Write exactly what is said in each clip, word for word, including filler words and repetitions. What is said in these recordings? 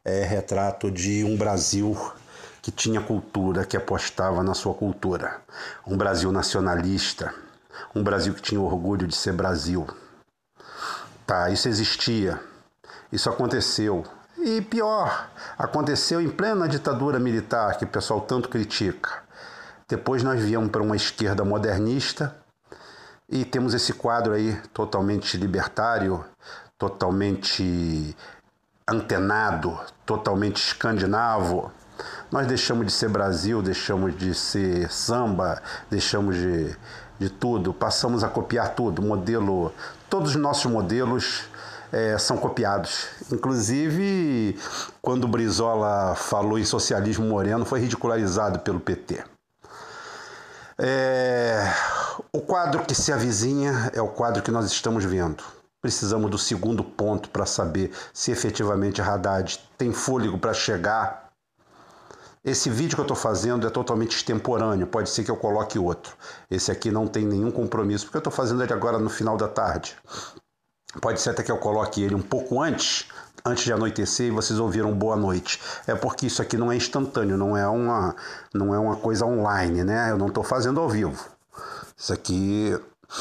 é retrato de um Brasil que tinha cultura, que apostava na sua cultura. Um Brasil nacionalista, um Brasil que tinha orgulho de ser Brasil. Tá, isso existia, isso aconteceu. E pior, aconteceu em plena ditadura militar, que o pessoal tanto critica. Depois nós viemos para uma esquerda modernista e temos esse quadro aí totalmente libertário, totalmente antenado, totalmente escandinavo. Nós deixamos de ser Brasil, deixamos de ser samba, deixamos de, de tudo, passamos a copiar tudo, modelo, todos os nossos modelos é, são copiados. Inclusive, quando o Brizola falou em socialismo moreno, foi ridicularizado pelo P T. É, o quadro que se avizinha é o quadro que nós estamos vendo. Precisamos do segundo ponto para saber se efetivamente Haddad tem fôlego para chegar. Esse vídeo que eu estou fazendo é totalmente extemporâneo, pode ser que eu coloque outro. Esse aqui não tem nenhum compromisso, porque eu estou fazendo ele agora no final da tarde. Pode ser até que eu coloque ele um pouco antes, antes de anoitecer, e vocês ouviram boa noite. É porque isso aqui não é instantâneo, não é uma, não é uma coisa online, né? Eu não estou fazendo ao vivo. Isso aqui,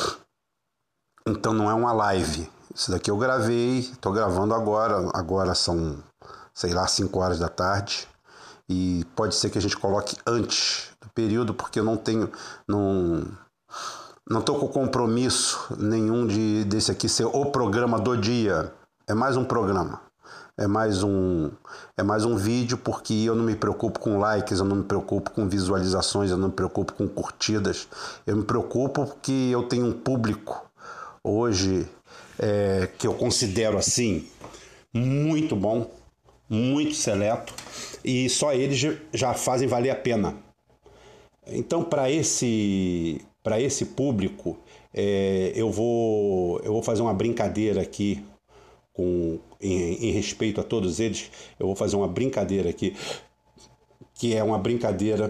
então não é uma live. Isso daqui eu gravei, estou gravando agora, agora são, sei lá, cinco horas da tarde. E pode ser que a gente coloque antes do período, porque eu não tenho, não, não estou com compromisso nenhum de, desse aqui ser o programa do dia. É mais um programa, é mais um, é mais um vídeo, porque eu não me preocupo com likes, eu não me preocupo com visualizações, eu não me preocupo com curtidas. Eu me preocupo porque eu tenho um público hoje é, que eu considero assim muito bom, muito seleto, e só eles já fazem valer a pena. Então, para esse, para esse público, é, eu, vou, eu vou fazer uma brincadeira aqui, com, em, em respeito a todos eles, eu vou fazer uma brincadeira aqui, que é uma brincadeira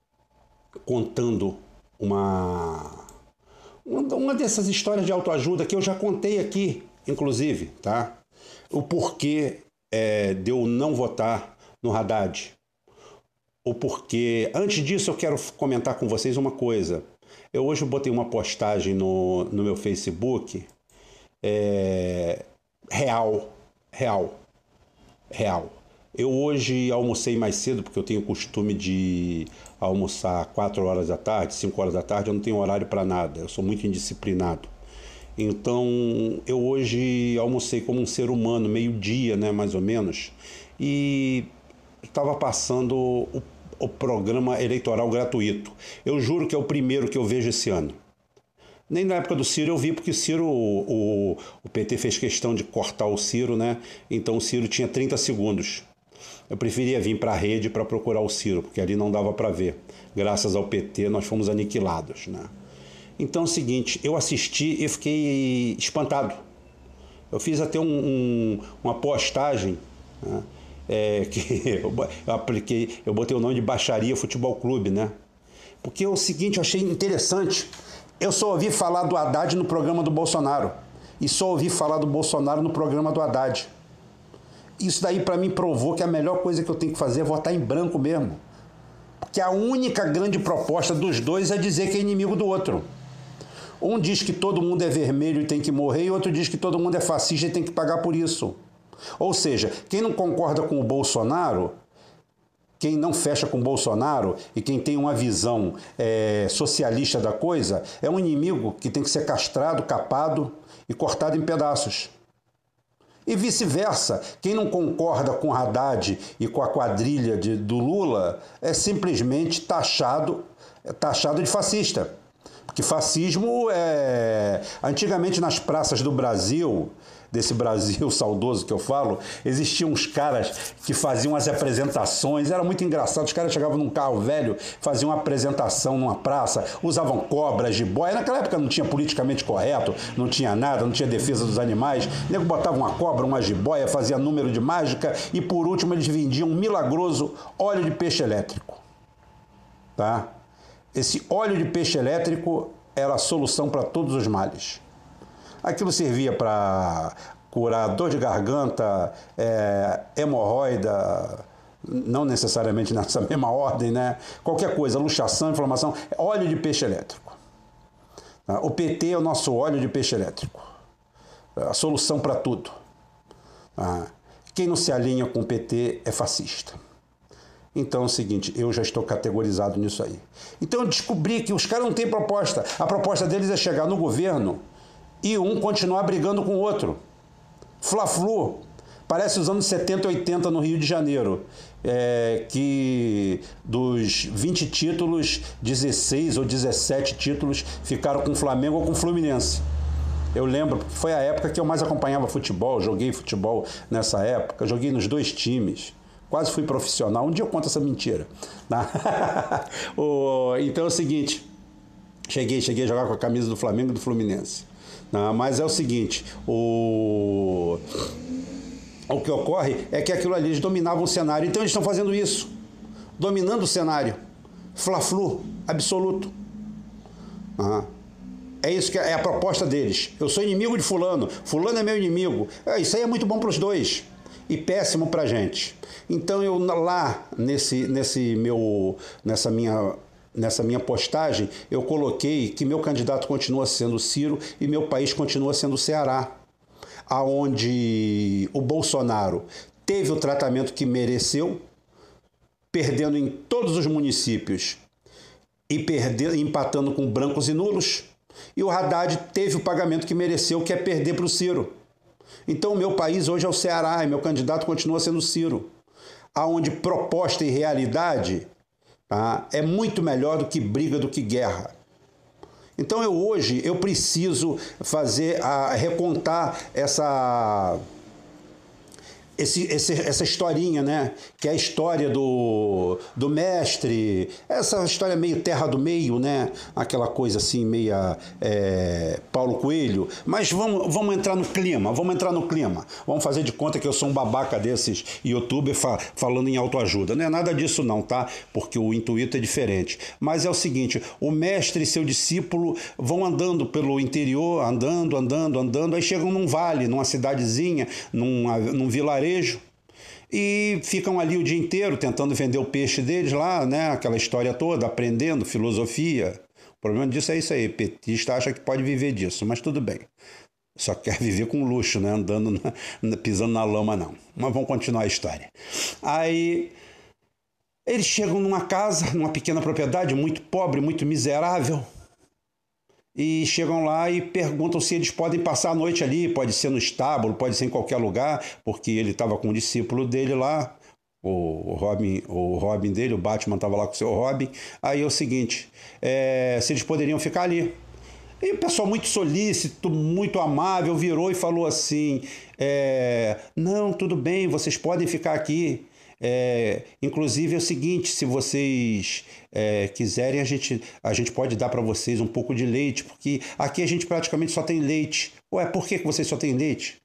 contando uma, uma dessas histórias de autoajuda que eu já contei aqui, inclusive, tá? O porquê é, de eu não votar no Haddad. O porquê... Antes disso, eu quero comentar com vocês uma coisa. Eu hoje botei uma postagem no, no meu Facebook, é, real, real, real. Eu hoje almocei mais cedo, porque eu tenho o costume de almoçar quatro horas da tarde, cinco horas da tarde, eu não tenho horário para nada, eu sou muito indisciplinado. Então, eu hoje almocei como um ser humano, meio-dia, né, mais ou menos, e estava passando o, o programa eleitoral gratuito. Eu juro que é o primeiro que eu vejo esse ano. Nem na época do Ciro eu vi, porque o Ciro, o, o, o P T fez questão de cortar o Ciro, né? Então o Ciro tinha trinta segundos. Eu preferia vir para a rede para procurar o Ciro, porque ali não dava para ver. Graças ao P T nós fomos aniquilados, né? Então é o seguinte, eu assisti e fiquei espantado. Eu fiz até um, um, uma postagem, né? É, que eu, eu apliquei, eu botei o nome de Baixaria Futebol Clube, né? Porque é o seguinte, eu achei interessante. Eu só ouvi falar do Haddad no programa do Bolsonaro. E só ouvi falar do Bolsonaro no programa do Haddad. Isso daí para mim provou que a melhor coisa que eu tenho que fazer é votar em branco mesmo. Porque a única grande proposta dos dois é dizer que é inimigo do outro. Um diz que todo mundo é vermelho e tem que morrer, e outro diz que todo mundo é fascista e tem que pagar por isso. Ou seja, quem não concorda com o Bolsonaro, quem não fecha com o Bolsonaro e quem tem uma visão é, socialista da coisa, é um inimigo que tem que ser castrado, capado e cortado em pedaços. E vice-versa, quem não concorda com Haddad e com a quadrilha de, do Lula é simplesmente taxado, é taxado de fascista. Porque fascismo é... Antigamente nas praças do Brasil, desse Brasil saudoso que eu falo, existiam uns caras que faziam as apresentações, era muito engraçado, os caras chegavam num carro velho, faziam uma apresentação numa praça, usavam cobras, jiboia, naquela época não tinha politicamente correto, não tinha nada, não tinha defesa dos animais, o nego botava uma cobra, uma jiboia, fazia número de mágica e por último eles vendiam um milagroso óleo de peixe elétrico, tá? Esse óleo de peixe elétrico era a solução para todos os males. Aquilo servia para curar dor de garganta, é, hemorroida, não necessariamente nessa mesma ordem, né? Qualquer coisa, luxação, inflamação, óleo de peixe elétrico. O P T é o nosso óleo de peixe elétrico, a solução para tudo. Quem não se alinha com o P T é fascista. Então é o seguinte, eu já estou categorizado nisso aí. Então eu descobri que os caras não têm proposta. A proposta deles é chegar no governo e um continuar brigando com o outro. Fla-flu. Parece os anos setenta, oitenta no Rio de Janeiro, é, que dos vinte títulos, dezesseis ou dezessete títulos ficaram com o Flamengo ou com o Fluminense. Eu lembro, porque foi a época que eu mais acompanhava futebol, joguei futebol nessa época, joguei nos dois times, quase fui profissional. Um dia eu conto essa mentira. Tá? o, então é o seguinte, cheguei, cheguei a jogar com a camisa do Flamengo e do Fluminense. Tá? Mas é o seguinte, o... O que ocorre é que aquilo ali, eles dominavam o cenário. Então eles estão fazendo isso, dominando o cenário. Fla-flu, absoluto. Uhum. É isso que é a proposta deles. Eu sou inimigo de fulano, fulano é meu inimigo. É, isso aí é muito bom para os dois e péssimo para a gente. Então eu lá, nesse, nesse meu, nessa minha... Nessa minha postagem, eu coloquei que meu candidato continua sendo Ciro e meu país continua sendo o Ceará, aonde o Bolsonaro teve o tratamento que mereceu, perdendo em todos os municípios e perdendo, empatando com brancos e nulos, e o Haddad teve o pagamento que mereceu, que é perder para o Ciro. Então o meu país hoje é o Ceará e meu candidato continua sendo o Ciro, aonde proposta e realidade, tá, é muito melhor do que briga, do que guerra. Então eu hoje eu preciso fazer a recontar essa esse, esse, essa historinha, né? Que é a história do, do mestre, essa história meio terra do meio, né? Aquela coisa assim meia é, Paulo Coelho. Mas vamos, vamos entrar no clima, vamos entrar no clima. Vamos fazer de conta que eu sou um babaca desses youtuber fa falando em autoajuda. Não é nada disso não, tá? Porque o intuito é diferente. Mas é o seguinte, o mestre e seu discípulo vão andando pelo interior, andando, andando, andando, aí chegam num vale, numa cidadezinha, num, num vilarejo, e ficam ali o dia inteiro tentando vender o peixe deles lá, né? Aquela história toda, aprendendo filosofia. O problema disso é isso aí, petista acha que pode viver disso, mas tudo bem. Só quer viver com luxo, né? Andando, na, pisando na lama, não. Mas vamos continuar a história. Aí eles chegam numa casa, numa pequena propriedade, muito pobre, muito miserável, e chegam lá e perguntam se eles podem passar a noite ali, pode ser no estábulo, pode ser em qualquer lugar, porque ele estava com o discípulo dele lá, o Robin, o Robin dele, o Batman estava lá com o seu Robin. Aí é o seguinte, é, se eles poderiam ficar ali. E o pessoal muito solícito, muito amável, virou e falou assim, é, não, tudo bem, vocês podem ficar aqui. É, inclusive é o seguinte, se vocês é, quiserem, a gente, a gente pode dar para vocês um pouco de leite, porque aqui a gente praticamente só tem leite. Ué, por que vocês só têm leite?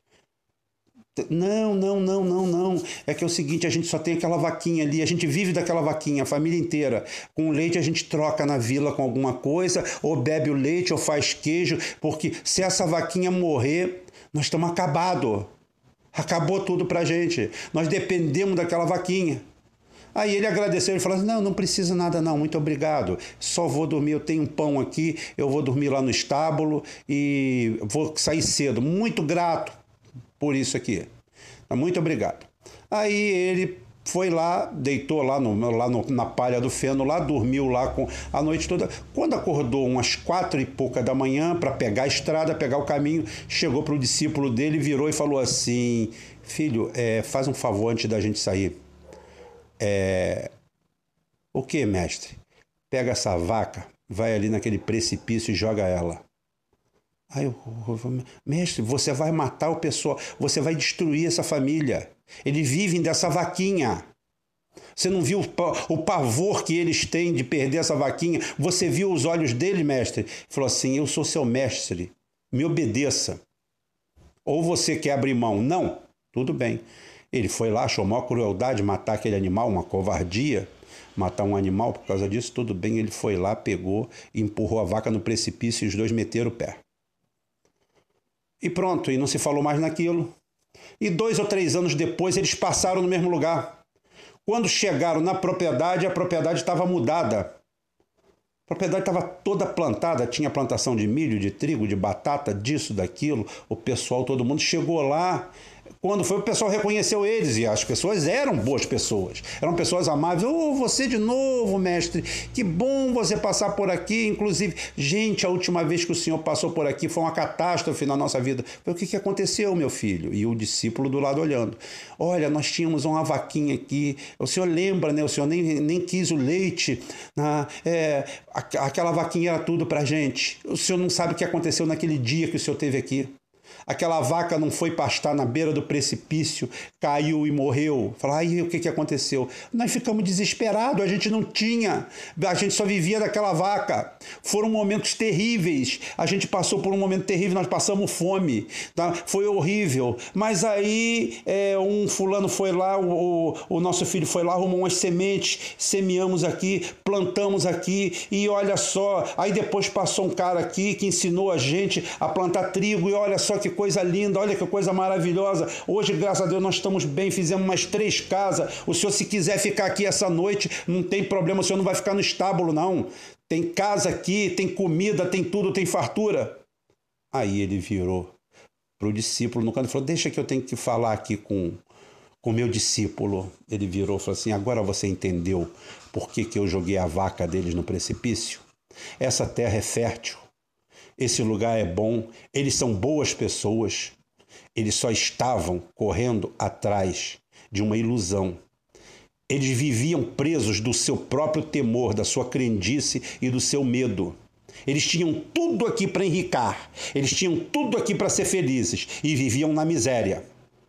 Não, não, não, não, não. É que é o seguinte, a gente só tem aquela vaquinha ali, a gente vive daquela vaquinha, a família inteira. Com leite a gente troca na vila com alguma coisa, ou bebe o leite, ou faz queijo, porque se essa vaquinha morrer, nós estamos acabados. Acabou tudo pra gente. Nós dependemos daquela vaquinha. Aí ele agradeceu e falou assim, não, não precisa nada não, muito obrigado. Só vou dormir, eu tenho um pão aqui, eu vou dormir lá no estábulo e vou sair cedo. Muito grato por isso aqui. Muito obrigado. Aí ele foi lá, deitou lá, no, lá no, na palha do feno, lá, dormiu lá com, a noite toda. Quando acordou umas quatro e pouca da manhã para pegar a estrada, pegar o caminho, chegou para o discípulo dele, virou e falou assim, filho, é, faz um favor antes da gente sair. É, o que, mestre? Pega essa vaca, vai ali naquele precipício e joga ela. Aí eu, mestre, você vai matar o pessoal, você vai destruir essa família. Eles vivem dessa vaquinha. Você não viu o pavor que eles têm de perder essa vaquinha? Você viu os olhos dele, mestre? Ele falou assim, eu sou seu mestre, me obedeça. Ou você quer abrir mão? Não, tudo bem. Ele foi lá, achou maior crueldade matar aquele animal, uma covardia, matar um animal por causa disso, tudo bem. Ele foi lá, pegou, empurrou a vaca no precipício e os dois meteram o pé. E pronto, e não se falou mais naquilo. E dois ou três anos depois eles passaram no mesmo lugar. Quando chegaram na propriedade, a propriedade estava mudada. A propriedade estava toda plantada, tinha plantação de milho, de trigo, de batata, disso, daquilo. O pessoal, todo mundo chegou lá. Quando foi, o pessoal reconheceu eles e as pessoas eram boas pessoas. Eram pessoas amáveis. Ô, oh, você de novo, mestre. Que bom você passar por aqui. Inclusive, gente, a última vez que o senhor passou por aqui foi uma catástrofe na nossa vida. Foi o que, que aconteceu, meu filho? E o discípulo do lado olhando. Olha, nós tínhamos uma vaquinha aqui. O senhor lembra, né? O senhor nem, nem quis o leite. Ah, é, aquela vaquinha era tudo pra gente. O senhor não sabe o que aconteceu naquele dia que o senhor teve aqui. Aquela vaca não foi pastar na beira do precipício, caiu e morreu. Fala, aí o que, que aconteceu? Nós ficamos desesperados, a gente não tinha, a gente só vivia daquela vaca. Foram momentos terríveis, a gente passou por um momento terrível, nós passamos fome, tá? Foi horrível. Mas aí é, um fulano foi lá, o, o nosso filho foi lá, arrumou umas sementes, semeamos aqui, plantamos aqui e olha só, aí depois passou um cara aqui que ensinou a gente a plantar trigo e olha só que coisa linda, olha que coisa maravilhosa. Hoje, graças a Deus, nós estamos bem, fizemos umas três casas. O senhor, se quiser ficar aqui essa noite, não tem problema, o senhor não vai ficar no estábulo, não. Tem casa aqui, tem comida, tem tudo, tem fartura. Aí ele virou para o discípulo no canto e falou, deixa que eu tenho que falar aqui com o meu discípulo. Ele virou e falou assim, agora você entendeu por que, que eu joguei a vaca deles no precipício? Essa terra é fértil. Esse lugar é bom, eles são boas pessoas, eles só estavam correndo atrás de uma ilusão. Eles viviam presos do seu próprio temor, da sua crendice e do seu medo. Eles tinham tudo aqui para enricar, eles tinham tudo aqui para ser felizes e viviam na miséria.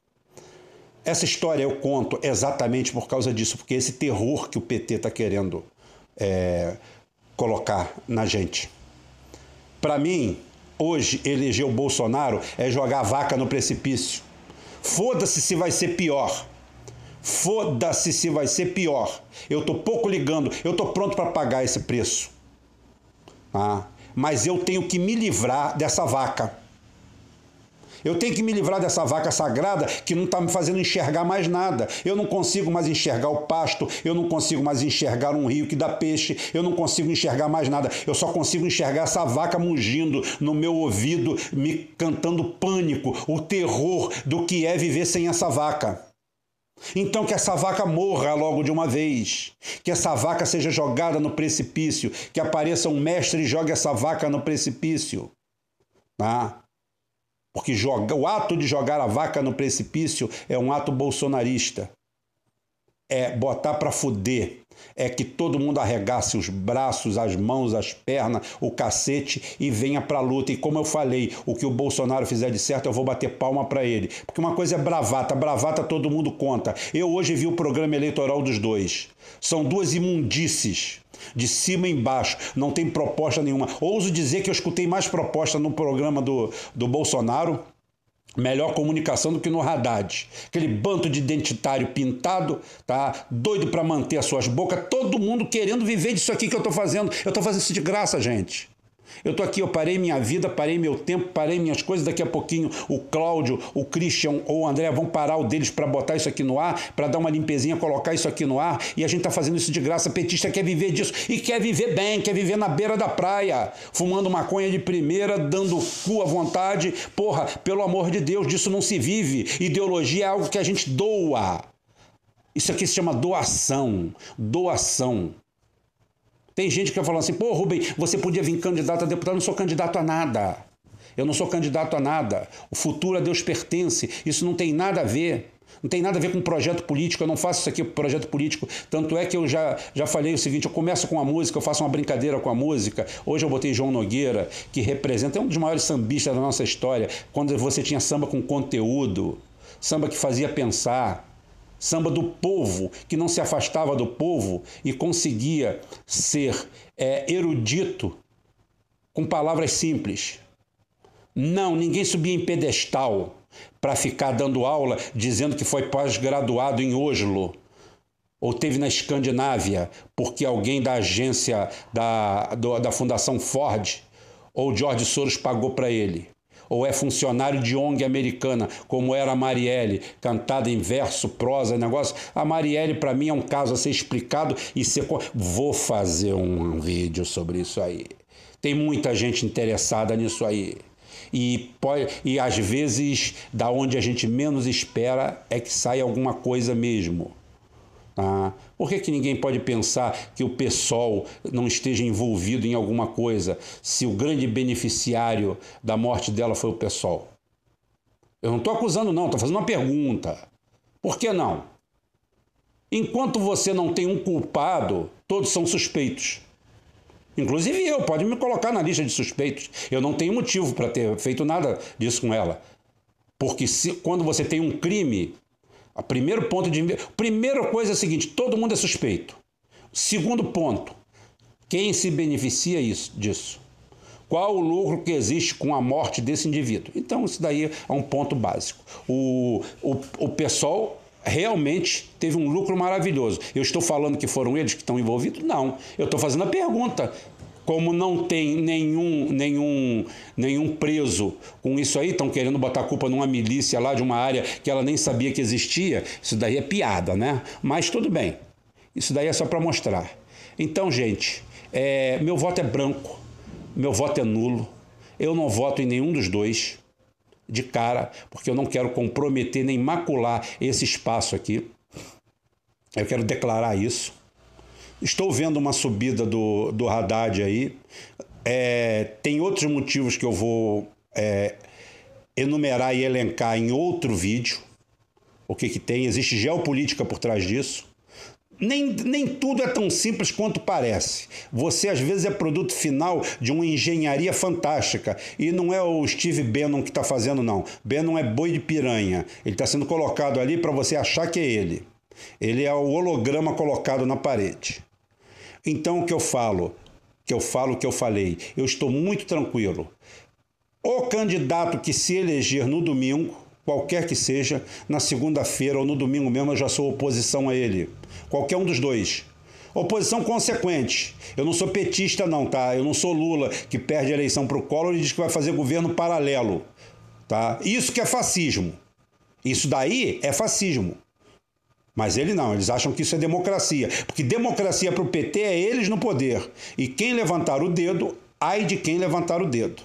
Essa história eu conto exatamente por causa disso, porque esse terror que o P T está querendo é, colocar na gente. Para mim, hoje, eleger o Bolsonaro é jogar a vaca no precipício. Foda-se se vai ser pior. Foda-se se vai ser pior. Eu tô pouco ligando, eu tô pronto para pagar esse preço. Ah, mas eu tenho que me livrar dessa vaca. Eu tenho que me livrar dessa vaca sagrada que não está me fazendo enxergar mais nada. Eu não consigo mais enxergar o pasto, eu não consigo mais enxergar um rio que dá peixe, eu não consigo enxergar mais nada. Eu só consigo enxergar essa vaca mugindo no meu ouvido, me cantando pânico, o terror do que é viver sem essa vaca. Então que essa vaca morra logo de uma vez, que essa vaca seja jogada no precipício, que apareça um mestre e jogue essa vaca no precipício. Tá? Porque joga, o ato de jogar a vaca no precipício é um ato bolsonarista. É botar para fuder. É que todo mundo arregace os braços, as mãos, as pernas, o cacete e venha para a luta. E como eu falei, o que o Bolsonaro fizer de certo, eu vou bater palma para ele. Porque uma coisa é bravata, bravata todo mundo conta. Eu hoje vi o programa eleitoral dos dois. São duas imundícies. De cima e embaixo, não tem proposta nenhuma. Ouso dizer que eu escutei mais proposta no programa do, do Bolsonaro, melhor comunicação do que no Haddad. Aquele bando de identitário pintado, tá? Doido para manter as suas bocas, todo mundo querendo viver disso aqui que eu tô fazendo. Eu tô fazendo isso de graça, gente. Eu tô aqui, eu parei minha vida, parei meu tempo, parei minhas coisas. Daqui a pouquinho o Cláudio, o Christian ou o André vão parar o deles para botar isso aqui no ar, para dar uma limpezinha, colocar isso aqui no ar. E a gente tá fazendo isso de graça. Petista quer viver disso e quer viver bem, quer viver na beira da praia, fumando maconha de primeira, dando cu à vontade. Porra, pelo amor de Deus, disso não se vive. Ideologia é algo que a gente doa. Isso aqui se chama doação. Doação. Tem gente que vai falar assim, pô, Rubem, você podia vir candidato a deputado. Eu não sou candidato a nada. Eu não sou candidato a nada. O futuro a Deus pertence. Isso não tem nada a ver. Não tem nada a ver com projeto político. Eu não faço isso aqui com projeto político. Tanto é que eu já, já falei o seguinte, eu começo com a música, eu faço uma brincadeira com a música. Hoje eu botei João Nogueira, que representa, é um dos maiores sambistas da nossa história. Quando você tinha samba com conteúdo, samba que fazia pensar. Samba do povo, que não se afastava do povo e conseguia ser é, erudito com palavras simples. Não, ninguém subia em pedestal para ficar dando aula dizendo que foi pós-graduado em Oslo ou teve na Escandinávia porque alguém da agência da, do, da Fundação Ford ou George Soros pagou para ele. ou é funcionário de O N G americana, como era a Marielle, cantada em verso, prosa, negócio. A Marielle, para mim, é um caso a ser explicado e ser... Vou fazer um vídeo sobre isso aí. Tem muita gente interessada nisso aí. E, pode, e às vezes, da onde a gente menos espera, é que sai alguma coisa mesmo. Tá? Por que que ninguém pode pensar que o PSOL não esteja envolvido em alguma coisa se o grande beneficiário da morte dela foi o PSOL? Eu não estou acusando não, estou fazendo uma pergunta. Por que não? Enquanto você não tem um culpado, todos são suspeitos. Inclusive eu, pode me colocar na lista de suspeitos. Eu não tenho motivo para ter feito nada disso com ela. Porque se, quando você tem um crime... O primeiro ponto de... Primeira coisa é a seguinte, todo mundo é suspeito. Segundo ponto, quem se beneficia isso, disso? Qual o lucro que existe com a morte desse indivíduo? Então, isso daí é um ponto básico. O, o, o PSOL realmente teve um lucro maravilhoso. Eu estou falando que foram eles que estão envolvidos? Não. Eu estou fazendo a pergunta. Como não tem nenhum, nenhum, nenhum preso com isso aí, estão querendo botar a culpa numa milícia lá de uma área que ela nem sabia que existia, isso daí é piada, né? Mas tudo bem, isso daí é só para mostrar. Então, gente, é, meu voto é branco, meu voto é nulo, eu não voto em nenhum dos dois, de cara, porque eu não quero comprometer nem macular esse espaço aqui, eu quero declarar isso. Estou vendo uma subida do, do Haddad aí. É, tem outros motivos que eu vou é, enumerar e elencar em outro vídeo. O que que tem? Existe geopolítica por trás disso. Nem, nem tudo é tão simples quanto parece. Você, às vezes, é produto final de uma engenharia fantástica. E não é o Steve Bannon que está fazendo, não. Bannon é boi de piranha. Ele está sendo colocado ali para você achar que é ele. Ele é o holograma colocado na parede. Então, o que eu falo, que eu falo o que eu falei, eu estou muito tranquilo. O candidato que se eleger no domingo, qualquer que seja, na segunda-feira ou no domingo mesmo, eu já sou oposição a ele. Qualquer um dos dois. Oposição consequente. Eu não sou petista não, tá? Eu não sou Lula, que perde a eleição para o Collor e diz que vai fazer governo paralelo. Tá? Isso que é fascismo. Isso daí é fascismo. Mas ele não, eles acham que isso é democracia. Porque democracia para o P T é eles no poder. E quem levantar o dedo, ai de quem levantar o dedo.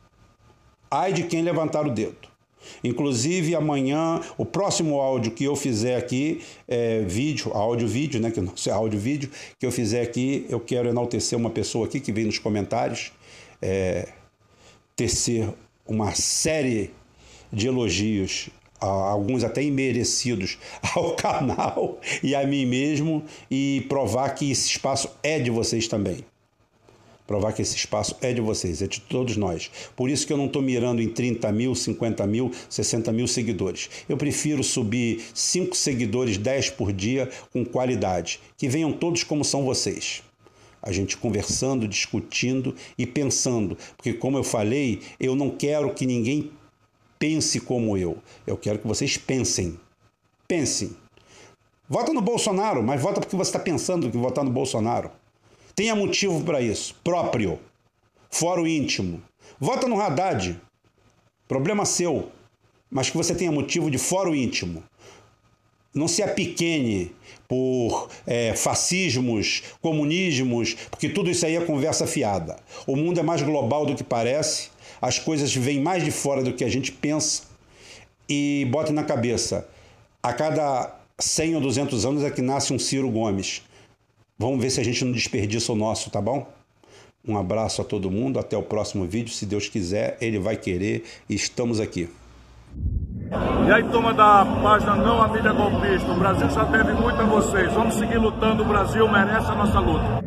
Ai de quem levantar o dedo. Inclusive, amanhã, o próximo áudio que eu fizer aqui, é vídeo, áudio-vídeo, né, que não é áudio-vídeo, que eu fizer aqui, eu quero enaltecer uma pessoa aqui que veio nos comentários, é, tecer uma série de elogios, alguns até imerecidos, ao canal e a mim mesmo, e provar que esse espaço é de vocês também. Provar que esse espaço é de vocês, é de todos nós. Por isso que eu não estou mirando em trinta mil, cinquenta mil, sessenta mil seguidores. Eu prefiro subir cinco seguidores, dez por dia, com qualidade. Que venham todos como são vocês. A gente conversando, discutindo e pensando. Porque, como eu falei, eu não quero que ninguém pense como eu. Eu quero que vocês pensem. Pensem. Vota no Bolsonaro, mas vota porque você está pensando que votar no Bolsonaro. Tenha motivo para isso, próprio, fora o íntimo. Vota no Haddad, problema seu, mas que você tenha motivo de fora o íntimo. Não se apequene por é, fascismos, comunismos, porque tudo isso aí é conversa fiada. O mundo é mais global do que parece, as coisas vêm mais de fora do que a gente pensa. E bote na cabeça, a cada cem ou duzentos anos é que nasce um Ciro Gomes. Vamos ver se a gente não desperdiça o nosso, tá bom? Um abraço a todo mundo, até o próximo vídeo. Se Deus quiser, Ele vai querer e estamos aqui. E aí, turma da página Não a Mídia Golpista, o Brasil já deve muito a vocês. Vamos seguir lutando, o Brasil merece a nossa luta.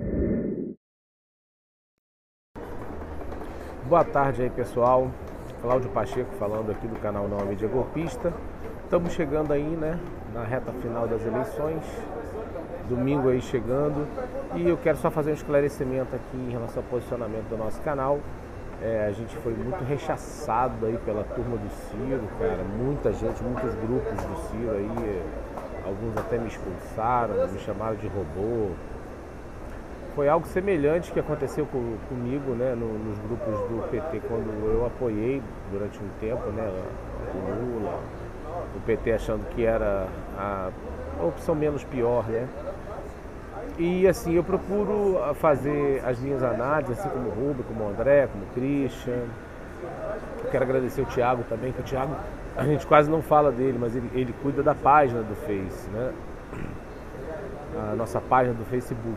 Boa tarde aí, pessoal. Cláudio Pacheco falando aqui do canal Não a Mídia Golpista. Estamos chegando aí, né, na reta final das eleições. Domingo aí chegando, e eu quero só fazer um esclarecimento aqui em relação ao posicionamento do nosso canal. É, a gente foi muito rechaçado aí pela turma do Ciro, cara, muita gente, muitos grupos do Ciro aí, alguns até me expulsaram, me chamaram de robô. foi algo semelhante que aconteceu com, comigo, né, no, nos grupos do P T, quando eu apoiei durante um tempo, né, o Lula, o P T achando que era a, a opção menos pior, né? E assim, eu procuro fazer as minhas análises, assim como o Rubem, como o André, como o Christian. Eu quero agradecer o Thiago também, que o Thiago, a gente quase não fala dele, mas ele, ele cuida da página do Face, né? A nossa página do Facebook.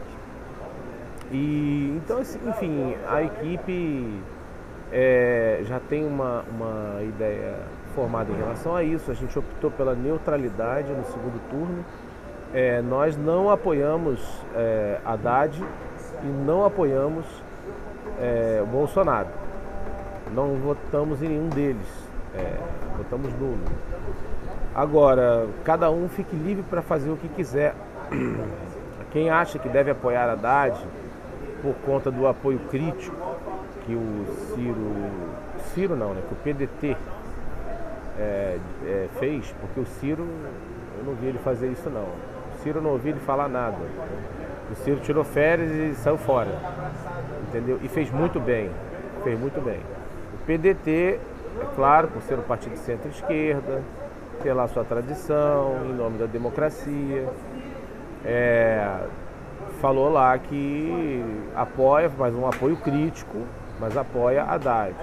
E então, assim, enfim, a equipe é, já tem uma, uma ideia formada em relação a isso. A gente optou pela neutralidade no segundo turno. É, nós não apoiamos é, Haddad e não apoiamos é, o Bolsonaro. Não votamos em nenhum deles. É, votamos nulo. Agora, cada um fique livre para fazer o que quiser. Quem acha que deve apoiar Haddad por conta do apoio crítico que o Ciro, Ciro não, né, que o P D T é, é, fez, porque o Ciro, eu não vi ele fazer isso não. O Ciro eu não ouvi ele falar nada. O Ciro tirou férias e saiu fora, entendeu? E fez muito bem, fez muito bem. O P D T, é claro, por ser um partido de centro-esquerda, ter lá sua tradição, em nome da democracia, é, falou lá que apoia, mas um apoio crítico, mas apoia Haddad.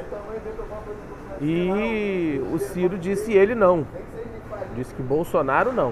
E o Ciro disse ele não, disse que Bolsonaro não.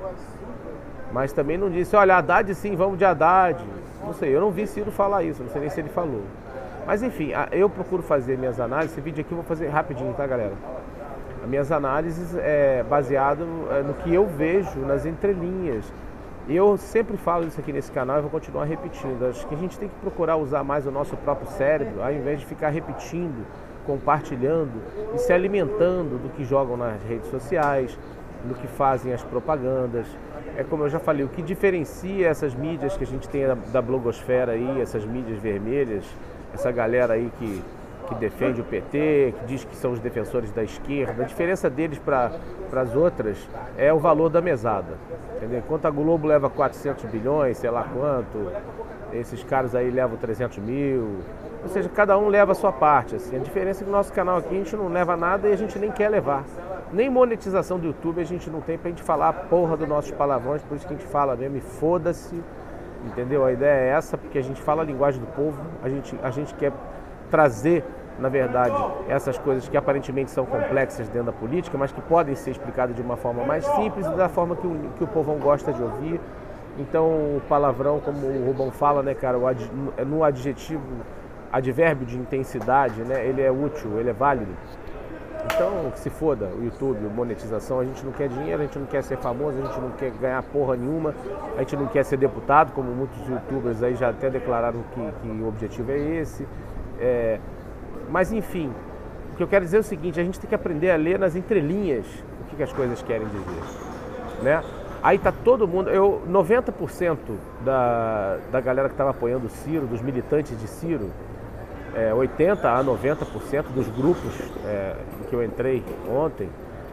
Mas também não disse, olha, Haddad sim, vamos de Haddad. Não sei, eu não vi Ciro falar isso, não sei nem se ele falou. Mas enfim, eu procuro fazer minhas análises, esse vídeo aqui eu vou fazer rapidinho, tá, galera? As minhas análises é baseado no que eu vejo nas entrelinhas. Eu sempre falo isso aqui nesse canal e vou continuar repetindo. Acho que a gente tem que procurar usar mais o nosso próprio cérebro, ao invés de ficar repetindo, compartilhando e se alimentando do que jogam nas redes sociais, do que fazem as propagandas. É como eu já falei, o que diferencia essas mídias que a gente tem da, da blogosfera aí, essas mídias vermelhas, essa galera aí que, que defende o P T, que diz que são os defensores da esquerda, a diferença deles para as outras é o valor da mesada. Entendeu? Enquanto a Globo leva quatrocentos bilhões, sei lá quanto, esses caras aí levam trezentos mil, ou seja, cada um leva a sua parte. Assim. A diferença é que no nosso canal aqui a gente não leva nada e a gente nem quer levar. Nem monetização do YouTube a gente não tem pra gente falar a porra dos nossos palavrões, por isso que a gente fala mesmo, e foda-se, entendeu? A ideia é essa, porque a gente fala a linguagem do povo, a gente, a gente quer trazer, na verdade, essas coisas que aparentemente são complexas dentro da política, mas que podem ser explicadas de uma forma mais simples e da forma que o, que o povão gosta de ouvir. Então, o palavrão, como o Rubão fala, né, cara, o ad, no adjetivo, advérbio de intensidade, né, ele é útil, ele é válido. Então, que se foda o YouTube, monetização, a gente não quer dinheiro, a gente não quer ser famoso, a gente não quer ganhar porra nenhuma, a gente não quer ser deputado, como muitos youtubers aí já até declararam que, que o objetivo é esse. É, mas enfim, o que eu quero dizer é o seguinte, a gente tem que aprender a ler nas entrelinhas o que, que as coisas querem dizer, né? Aí tá todo mundo, eu, noventa por cento da, da galera que estava apoiando o Ciro, dos militantes de Ciro, É, oitenta a noventa por cento dos grupos é, em que eu entrei ontem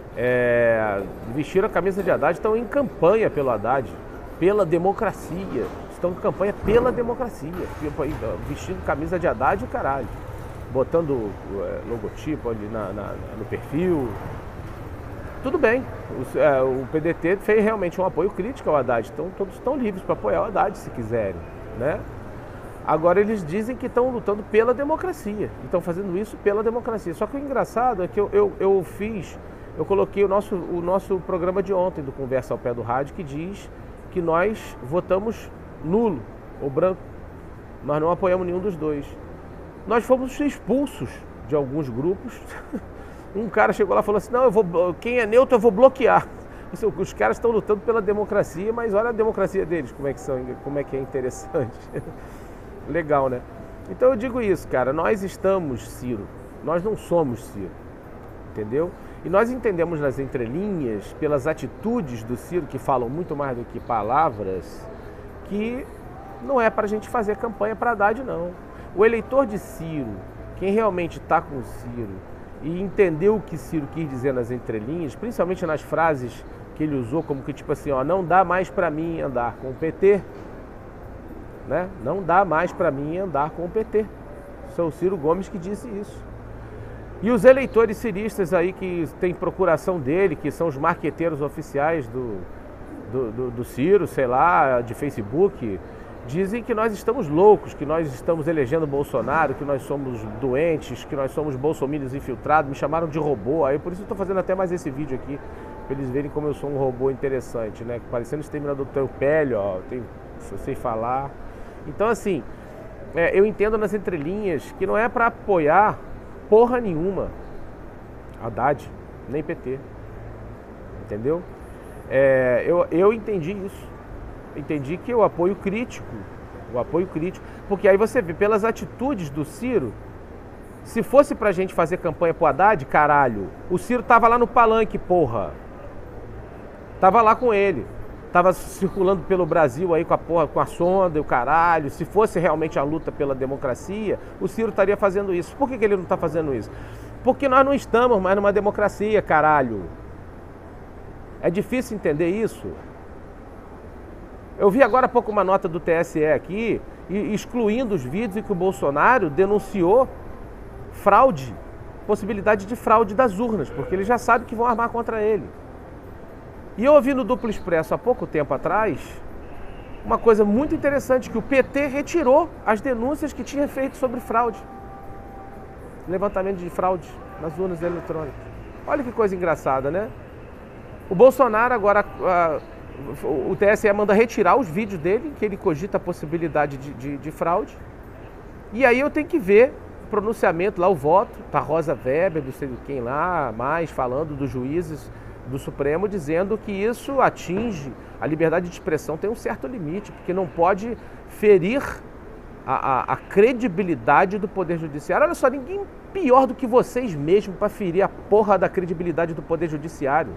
é, vestiram a camisa de Haddad, estão em campanha pelo Haddad, pela democracia, estão em campanha pela democracia, vestindo camisa de Haddad e o caralho, botando é, logotipo ali na, na, no perfil. Tudo bem, o, é, o P D T fez realmente um apoio crítico ao Haddad, então todos estão livres para apoiar o Haddad se quiserem, né? Agora eles dizem que estão lutando pela democracia, estão fazendo isso pela democracia. Só que o engraçado é que eu, eu, eu fiz, eu coloquei o nosso, o nosso programa de ontem do Conversa ao Pé do Rádio, que diz que nós votamos nulo ou branco, nós não apoiamos nenhum dos dois. Nós fomos expulsos de alguns grupos. Um cara chegou lá e falou assim, não, eu vou, quem é neutro eu vou bloquear. Os caras estão lutando pela democracia, mas olha a democracia deles, como é que, são, como é, que é interessante. Legal, né? Então eu digo isso, cara, nós estamos Ciro, nós não somos Ciro, entendeu? E nós entendemos nas entrelinhas, pelas atitudes do Ciro, que falam muito mais do que palavras, que não é para a gente fazer campanha para Haddad, não. O eleitor de Ciro, quem realmente está com o Ciro e entendeu o que Ciro quis dizer nas entrelinhas, principalmente nas frases que ele usou, como que tipo assim, ó, não dá mais para mim andar com o P T, né? Não dá mais para mim andar com o P T. Foi o Ciro Gomes que disse isso. E os eleitores ciristas aí que tem procuração dele, que são os marqueteiros oficiais do, do, do, do Ciro, sei lá, de Facebook, dizem que nós estamos loucos, que nós estamos elegendo Bolsonaro, que nós somos doentes, que nós somos bolsominions infiltrados, me chamaram de robô, aí por isso eu estou fazendo até mais esse vídeo aqui, para eles verem como eu sou um robô interessante, né? Parecendo o Exterminador do Teopélio, ó, eu, tenho, eu sei falar. Então assim, é, eu entendo nas entrelinhas que não é para apoiar porra nenhuma Haddad, nem P T, entendeu? É, eu, eu entendi isso. Entendi que o apoio crítico, o apoio crítico, porque aí você vê pelas atitudes do Ciro, se fosse pra gente fazer campanha pro Haddad, caralho, o Ciro tava lá no palanque, porra, tava lá com ele, tava circulando pelo Brasil aí com a porra, com a sonda e o caralho, se fosse realmente a luta pela democracia, o Ciro estaria fazendo isso. Por que que ele não tá fazendo isso? Porque nós não estamos mais numa democracia, caralho. É difícil entender isso. Eu vi agora há pouco uma nota do T S E aqui, excluindo os vídeos em que o Bolsonaro denunciou fraude, possibilidade de fraude das urnas, porque ele já sabe que vão armar contra ele. E eu ouvi no Duplo Expresso há pouco tempo atrás uma coisa muito interessante, que o P T retirou as denúncias que tinha feito sobre fraude, levantamento de fraude nas urnas eletrônicas. Olha que coisa engraçada, né? O Bolsonaro agora... Uh, o T S E manda retirar os vídeos dele, que ele cogita a possibilidade de, de, de fraude. E aí eu tenho que ver o pronunciamento lá, o voto, tá Rosa Weber, do sei de quem lá, mais falando dos juízes do Supremo, dizendo que isso atinge a liberdade de expressão, tem um certo limite, porque não pode ferir a, a, a credibilidade do Poder Judiciário. Olha só, ninguém pior do que vocês mesmos para ferir a porra da credibilidade do Poder Judiciário.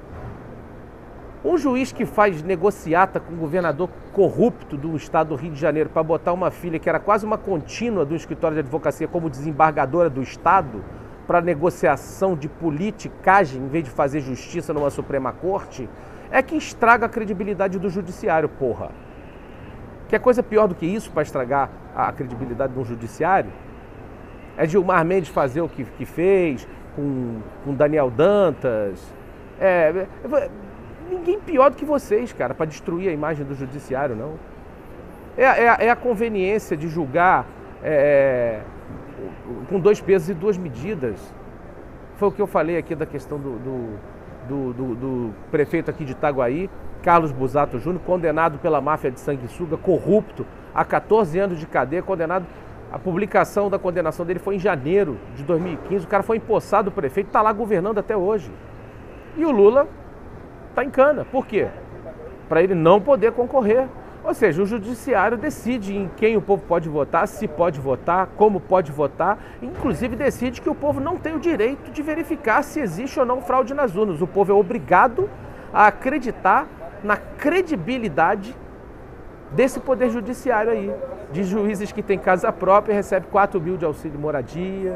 Um juiz que faz negociata com um governador corrupto do estado do Rio de Janeiro para botar uma filha que era quase uma contínua do escritório de advocacia como desembargadora do estado para negociação de politicagem em vez de fazer justiça numa Suprema Corte, é que estraga a credibilidade do judiciário, porra. Quer coisa pior do que isso para estragar a credibilidade de um judiciário? É Gilmar Mendes fazer o que, que fez com, com Daniel Dantas. É... Ninguém pior do que vocês, cara, para destruir a imagem do judiciário, não. É, é, é a conveniência de julgar é, com dois pesos e duas medidas. Foi o que eu falei aqui da questão do, do, do, do, do prefeito aqui de Itaguaí, Carlos Busato Júnior, condenado pela máfia de sanguessuga, corrupto, a quatorze anos de cadeia, condenado. A publicação da condenação dele foi em janeiro de dois mil e quinze, o cara foi empossado, o prefeito está lá governando até hoje. E o Lula está em cana. Por quê? Para ele não poder concorrer. Ou seja, o judiciário decide em quem o povo pode votar, se pode votar, como pode votar, inclusive decide que o povo não tem o direito de verificar se existe ou não fraude nas urnas. O povo é obrigado a acreditar na credibilidade desse poder judiciário aí, de juízes que têm casa própria e recebem quatro mil de auxílio moradia,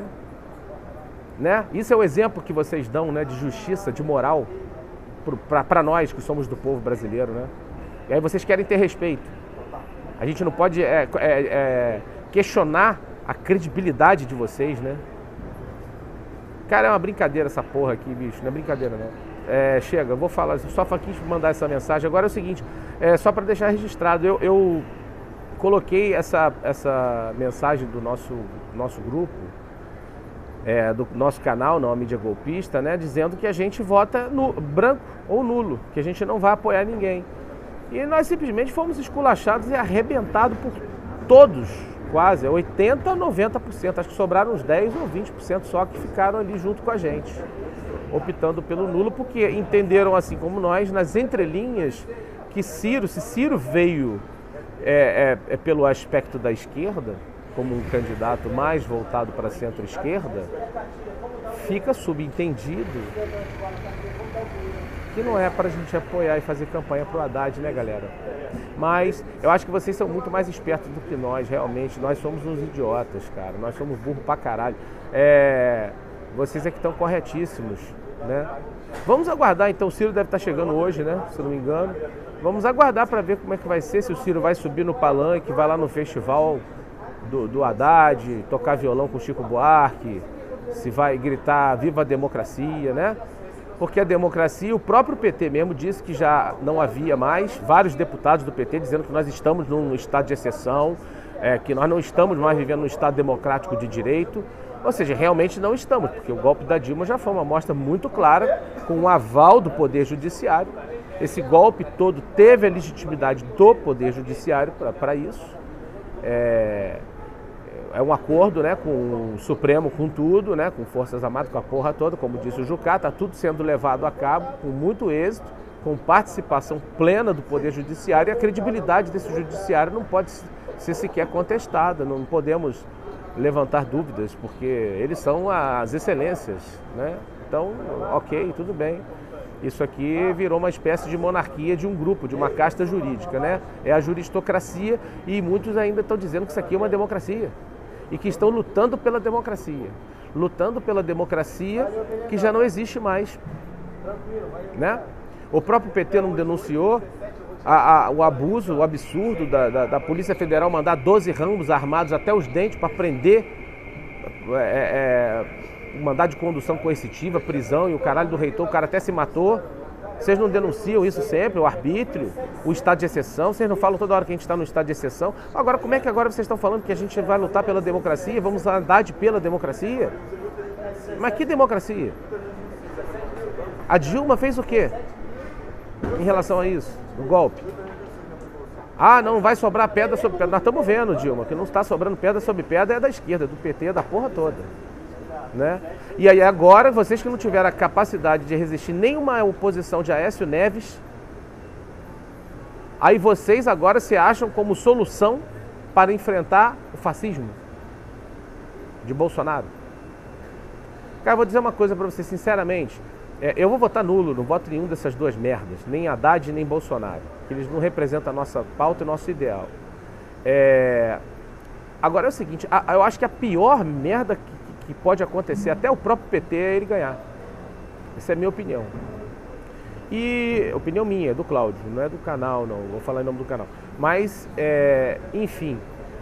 né? Isso é o exemplo que vocês dão, né, de justiça, de moral, para nós que somos do povo brasileiro, né? E aí vocês querem ter respeito. A gente não pode é, é, é, questionar a credibilidade de vocês, né? Cara, é uma brincadeira essa porra aqui, bicho. Não é brincadeira, não. É, chega, eu vou falar, só quis mandar essa mensagem. Agora é o seguinte, é, só para deixar registrado, eu, eu coloquei essa, essa mensagem do nosso, nosso grupo, É, do nosso canal, não a mídia golpista, né, dizendo que a gente vota no branco ou nulo, que a gente não vai apoiar ninguém. E nós simplesmente fomos esculachados e arrebentados por todos, quase, oitenta por cento, noventa por cento. Acho que sobraram uns dez ou vinte por cento só que ficaram ali junto com a gente, optando pelo nulo, porque entenderam, assim como nós, nas entrelinhas, que Ciro, se Ciro veio é, é, é pelo aspecto da esquerda, como um candidato mais voltado para a centro-esquerda, fica subentendido que não é para a gente apoiar e fazer campanha para o Haddad, né, galera? Mas eu acho que vocês são muito mais espertos do que nós, realmente. Nós somos uns idiotas, cara. Nós somos burros pra caralho. É... Vocês é que estão corretíssimos, né? Vamos aguardar, então, o Ciro deve estar chegando hoje, né, se não me engano. Vamos aguardar para ver como é que vai ser, se o Ciro vai subir no palanque, vai lá no festival do, do Haddad, tocar violão com Chico Buarque, se vai gritar viva a democracia, né? Porque a democracia, o próprio P T mesmo disse que já não havia mais, vários deputados do P T dizendo que nós estamos num estado de exceção, é, que nós não estamos mais vivendo num estado democrático de direito, ou seja, realmente não estamos, porque o golpe da Dilma já foi uma amostra muito clara, com o aval do Poder Judiciário. Esse golpe todo teve a legitimidade do Poder Judiciário para isso. É, é um acordo, né, com o Supremo, com tudo, né, com Forças Armadas, com a porra toda, como disse o Jucá, está tudo sendo levado a cabo com muito êxito, com participação plena do Poder Judiciário, e a credibilidade desse Judiciário não pode ser sequer contestada, não podemos levantar dúvidas, porque eles são as excelências, né? Então, ok, tudo bem. Isso aqui virou uma espécie de monarquia de um grupo, de uma casta jurídica, né? É a juristocracia, e muitos ainda estão dizendo que isso aqui é uma democracia e que estão lutando pela democracia, lutando pela democracia que já não existe mais, né? O próprio P T não denunciou a, a, o abuso, o absurdo da, da, da Polícia Federal mandar doze ramos armados até os dentes para prender, é, é, mandar de condução coercitiva, prisão e o caralho do reitor, o cara até se matou. Vocês não denunciam isso sempre, o arbítrio, o estado de exceção? Vocês não falam toda hora que a gente está no estado de exceção? Agora, como é que agora vocês estão falando que a gente vai lutar pela democracia, vamos andar de pela democracia? Mas que democracia? A Dilma fez o quê em relação a isso, o golpe? Ah, não vai sobrar pedra sobre pedra. Nós estamos vendo, Dilma, que não está sobrando pedra sobre pedra é da esquerda, do P T, é da porra toda, né? E aí agora, vocês que não tiveram a capacidade de resistir nenhuma oposição de Aécio Neves, aí vocês agora se acham como solução para enfrentar o fascismo de Bolsonaro. Cara, eu vou dizer uma coisa para vocês, sinceramente, é, eu vou votar nulo, não voto nenhum dessas duas merdas, nem Haddad nem Bolsonaro, que eles não representam a nossa pauta e o nosso ideal. É... Agora é o seguinte, a, eu acho que a pior merda que que pode acontecer, até o próprio P T, é ele ganhar. Essa é a minha opinião. E, opinião minha, é do Cláudio, não é do canal, não, vou falar em nome do canal. Mas, é, enfim,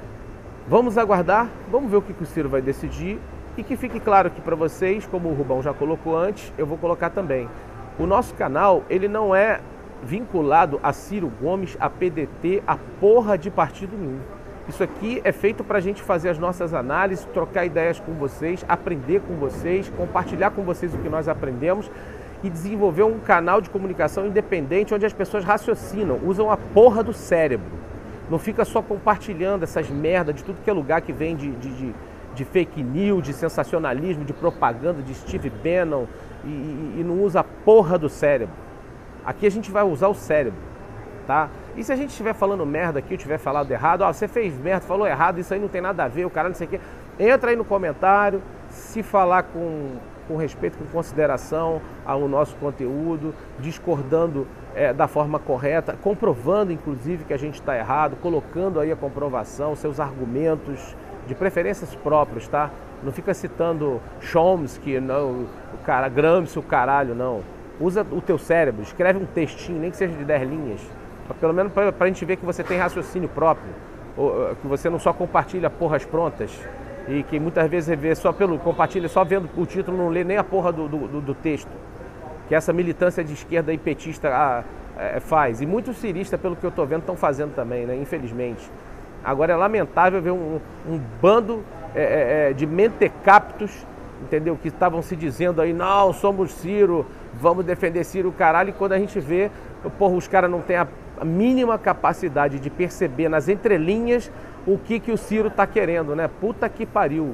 vamos aguardar, vamos ver o que o Ciro vai decidir, e que fique claro aqui para vocês, como o Rubão já colocou antes, eu vou colocar também. O nosso canal, ele não é vinculado a Ciro Gomes, a P D T, a porra de partido nenhum. Isso aqui é feito para a gente fazer as nossas análises, trocar ideias com vocês, aprender com vocês, compartilhar com vocês o que nós aprendemos e desenvolver um canal de comunicação independente onde as pessoas raciocinam, usam a porra do cérebro. Não fica só compartilhando essas merdas de tudo que é lugar que vem de, de, de, de fake news, de sensacionalismo, de propaganda, de Steve Bannon e, e, e não usa a porra do cérebro. Aqui a gente vai usar o cérebro, tá? E se a gente estiver falando merda aqui, eu tiver falado errado, ó, você fez merda, falou errado, isso aí não tem nada a ver, o cara não sei o quê. Entra aí no comentário, se falar com, com respeito, com consideração ao nosso conteúdo, discordando é, da forma correta, comprovando inclusive que a gente está errado, colocando aí a comprovação, seus argumentos, de preferências próprios, tá? Não fica citando Chomsky, não, o cara, Gramsci, o caralho, não. Usa o teu cérebro, escreve um textinho, nem que seja de dez linhas. Pelo menos para a gente ver que você tem raciocínio próprio, ou, que você não só compartilha porras prontas e que muitas vezes vê só pelo compartilha só vendo o título, não lê nem a porra do, do, do texto, que essa militância de esquerda e petista a, a, faz. E muitos ciristas, pelo que eu estou vendo, estão fazendo também, né? Infelizmente. Agora é lamentável ver um, um bando é, é, de mentecaptos, entendeu? Que estavam se dizendo aí, não, somos Ciro, vamos defender Ciro, caralho, e quando a gente vê, porra, os caras não têm a a mínima capacidade de perceber nas entrelinhas o que, que o Ciro está querendo, né? Puta que pariu.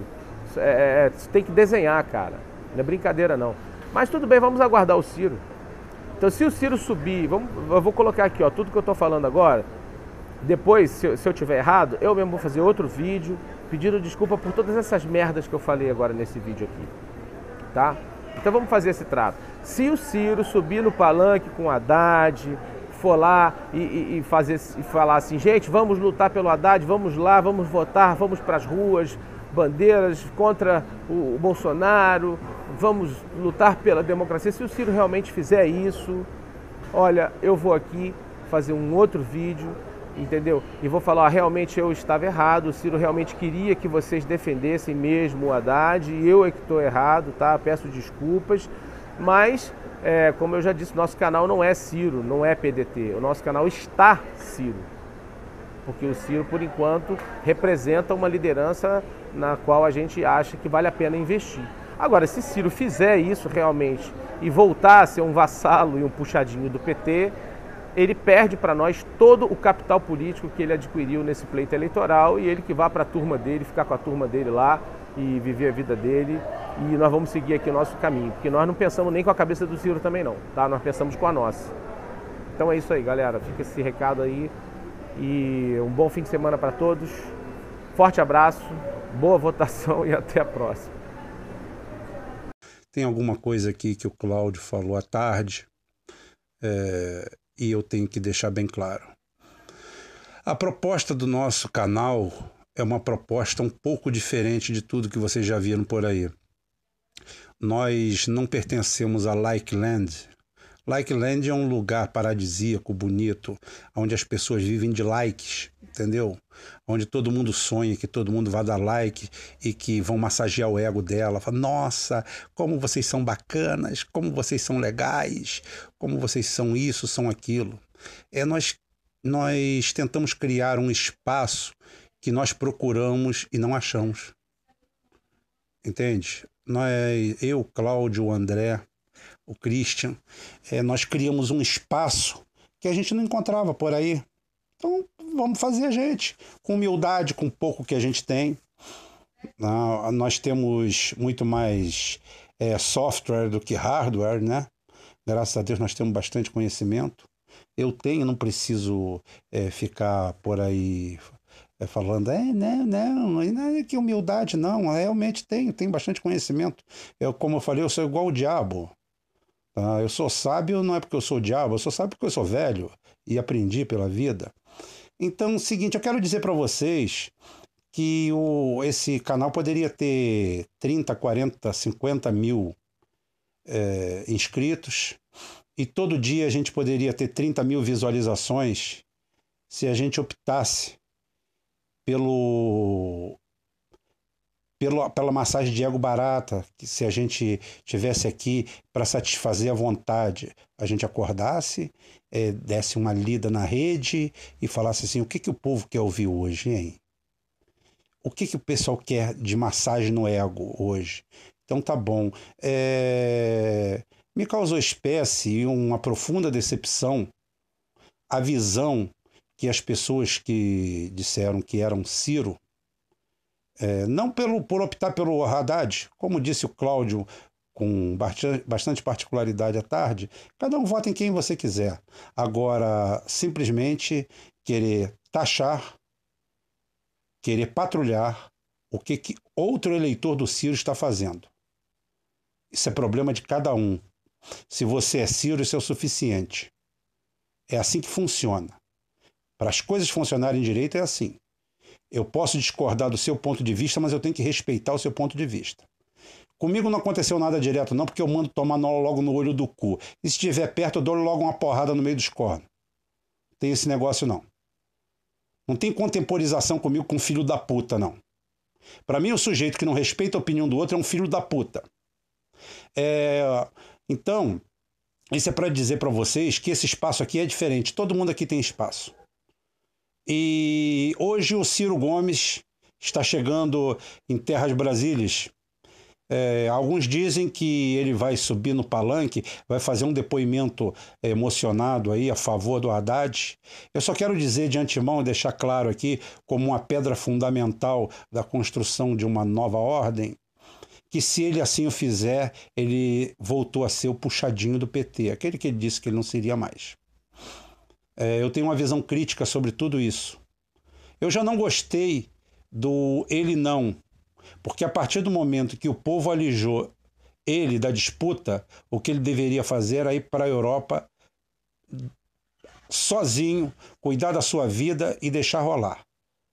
É, tem que desenhar, cara. Não é brincadeira, não. Mas tudo bem, vamos aguardar o Ciro. Então, se o Ciro subir, vamos, eu vou colocar aqui, ó, tudo que eu estou falando agora. Depois, se eu, se eu tiver errado, eu mesmo vou fazer outro vídeo pedindo desculpa por todas essas merdas que eu falei agora nesse vídeo aqui, tá? Então vamos fazer esse trato. Se o Ciro subir no palanque com o Haddad, for lá e, e, e, fazer, e falar assim, gente, vamos lutar pelo Haddad, vamos lá, vamos votar, vamos para as ruas, bandeiras contra o Bolsonaro, vamos lutar pela democracia. Se o Ciro realmente fizer isso, olha, eu vou aqui fazer um outro vídeo, entendeu? E vou falar, realmente eu estava errado, o Ciro realmente queria que vocês defendessem mesmo o Haddad, e eu é que estou errado, tá? Peço desculpas, mas, é, como eu já disse, nosso canal não é Ciro, não é P D T, o nosso canal está Ciro. Porque o Ciro, por enquanto, representa uma liderança na qual a gente acha que vale a pena investir. Agora, se Ciro fizer isso realmente e voltar a ser um vassalo e um puxadinho do P T, ele perde para nós todo o capital político que ele adquiriu nesse pleito eleitoral, e ele que vá para a turma dele, ficar com a turma dele lá e viver a vida dele, e nós vamos seguir aqui o nosso caminho, porque nós não pensamos nem com a cabeça do Ciro também não, tá? Nós pensamos com a nossa. Então é isso aí, galera, fica esse recado aí, e um bom fim de semana para todos, forte abraço, boa votação e até a próxima. Tem alguma coisa aqui que o Cláudio falou à tarde, é, e eu tenho que deixar bem claro. A proposta do nosso canal é uma proposta um pouco diferente de tudo que vocês já viram por aí. Nós não pertencemos a Likeland. Likeland é um lugar paradisíaco, bonito, onde as pessoas vivem de likes, entendeu? Onde todo mundo sonha que todo mundo vai dar like e que vão massagear o ego dela. Fala, nossa, como vocês são bacanas, como vocês são legais, como vocês são isso, são aquilo. É, nós, nós tentamos criar um espaço que nós procuramos e não achamos. Entende? Nós, eu, Cláudio, o André, o Christian, é, nós criamos um espaço que a gente não encontrava por aí. Então, vamos fazer a gente, com humildade, com o pouco que a gente tem. Ah, nós temos muito mais é, software do que hardware, né? Graças a Deus nós temos bastante conhecimento. Eu tenho, não preciso é, ficar por aí é, falando, é, não, não, não é que humildade, não. Eu realmente tenho, tenho bastante conhecimento. Eu, como eu falei, eu sou igual o diabo. Tá? Eu sou sábio não é porque eu sou o diabo, eu sou sábio porque eu sou velho e aprendi pela vida. Então, é o seguinte, eu quero dizer para vocês que o, esse canal poderia ter trinta, quarenta, cinquenta mil é, inscritos, e todo dia a gente poderia ter trinta mil visualizações se a gente optasse pelo, pelo, pela massagem de ego barata, que se a gente tivesse aqui para satisfazer a vontade, a gente acordasse, é, desse uma lida na rede e falasse assim, o que, que o povo quer ouvir hoje, hein? O que, que o pessoal quer de massagem no ego hoje? Então tá bom. É... Me causou espécie e uma profunda decepção a visão que as pessoas que disseram que eram Ciro, é, não pelo, por optar pelo Haddad, como disse o Cláudio, com bastante particularidade à tarde, cada um vota em quem você quiser. Agora, simplesmente querer taxar, querer patrulhar o que, que outro eleitor do Ciro está fazendo. Isso é problema de cada um. Se você é Ciro, isso é o suficiente. É assim que funciona. Para as coisas funcionarem direito é assim. Eu posso discordar do seu ponto de vista, mas eu tenho que respeitar o seu ponto de vista. Comigo não aconteceu nada direto não, porque eu mando tomar logo no olho do cu. E se estiver perto, eu dou logo uma porrada no meio dos cornos. Não tem esse negócio não. Não tem contemporização comigo com filho da puta, não. Para mim, o sujeito que não respeita a opinião do outro é um filho da puta. É... Então, isso é para dizer para vocês que esse espaço aqui é diferente. Todo mundo aqui tem espaço. E hoje o Ciro Gomes está chegando em terras brasílias. É, alguns dizem que ele vai subir no palanque, vai fazer um depoimento é, emocionado aí a favor do Haddad. Eu só quero dizer de antemão e deixar claro aqui, como uma pedra fundamental da construção de uma nova ordem, que se ele assim o fizer, ele voltou a ser o puxadinho do P T, aquele que ele disse que ele não seria mais. É, eu tenho uma visão crítica sobre tudo isso. Eu já não gostei do ele não, porque a partir do momento que o povo alijou ele da disputa, o que ele deveria fazer era ir para a Europa sozinho, cuidar da sua vida e deixar rolar.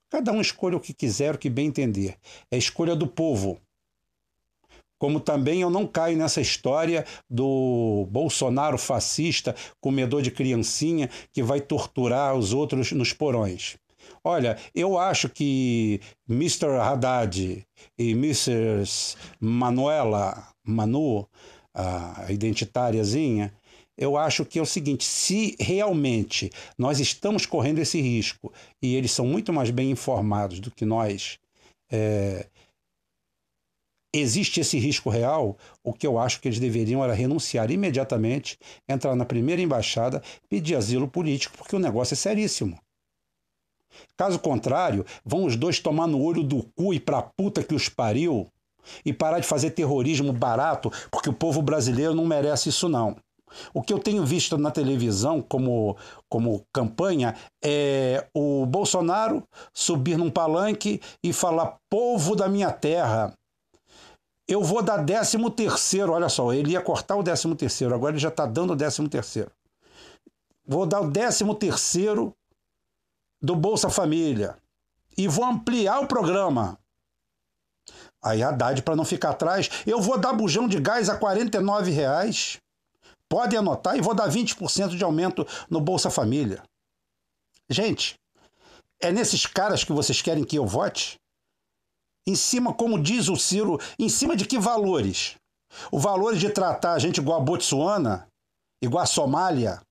Cada um escolha o que quiser, o que bem entender. É escolha do povo. Como também eu não caio nessa história do Bolsonaro fascista, comedor de criancinha, que vai torturar os outros nos porões. Olha, eu acho que mister Haddad e missus Manuela, Manu, a identitáriazinha, eu acho que é o seguinte, se realmente nós estamos correndo esse risco e eles são muito mais bem informados do que nós, é, existe esse risco real, o que eu acho que eles deveriam era renunciar imediatamente, entrar na primeira embaixada, pedir asilo político, porque o negócio é seríssimo. Caso contrário, vão os dois tomar no olho do cu e pra puta que os pariu e parar de fazer terrorismo barato, porque o povo brasileiro não merece isso não. O que eu tenho visto na televisão como, como campanha é o Bolsonaro subir num palanque e falar: povo da minha terra, eu vou dar décimo terceiro, olha só, ele ia cortar o décimo terceiro, agora ele já está dando o décimo terceiro. Vou dar o décimo terceiro do Bolsa Família e vou ampliar o programa. Aí Haddad, para não ficar atrás, eu vou dar bujão de gás a quarenta e nove reais. Pode anotar, e vou dar vinte por cento de aumento no Bolsa Família. Gente, é nesses caras que vocês querem que eu vote? Em cima, como diz o Ciro, em cima de que valores? O valor de tratar a gente igual a Botsuana, igual a Somália,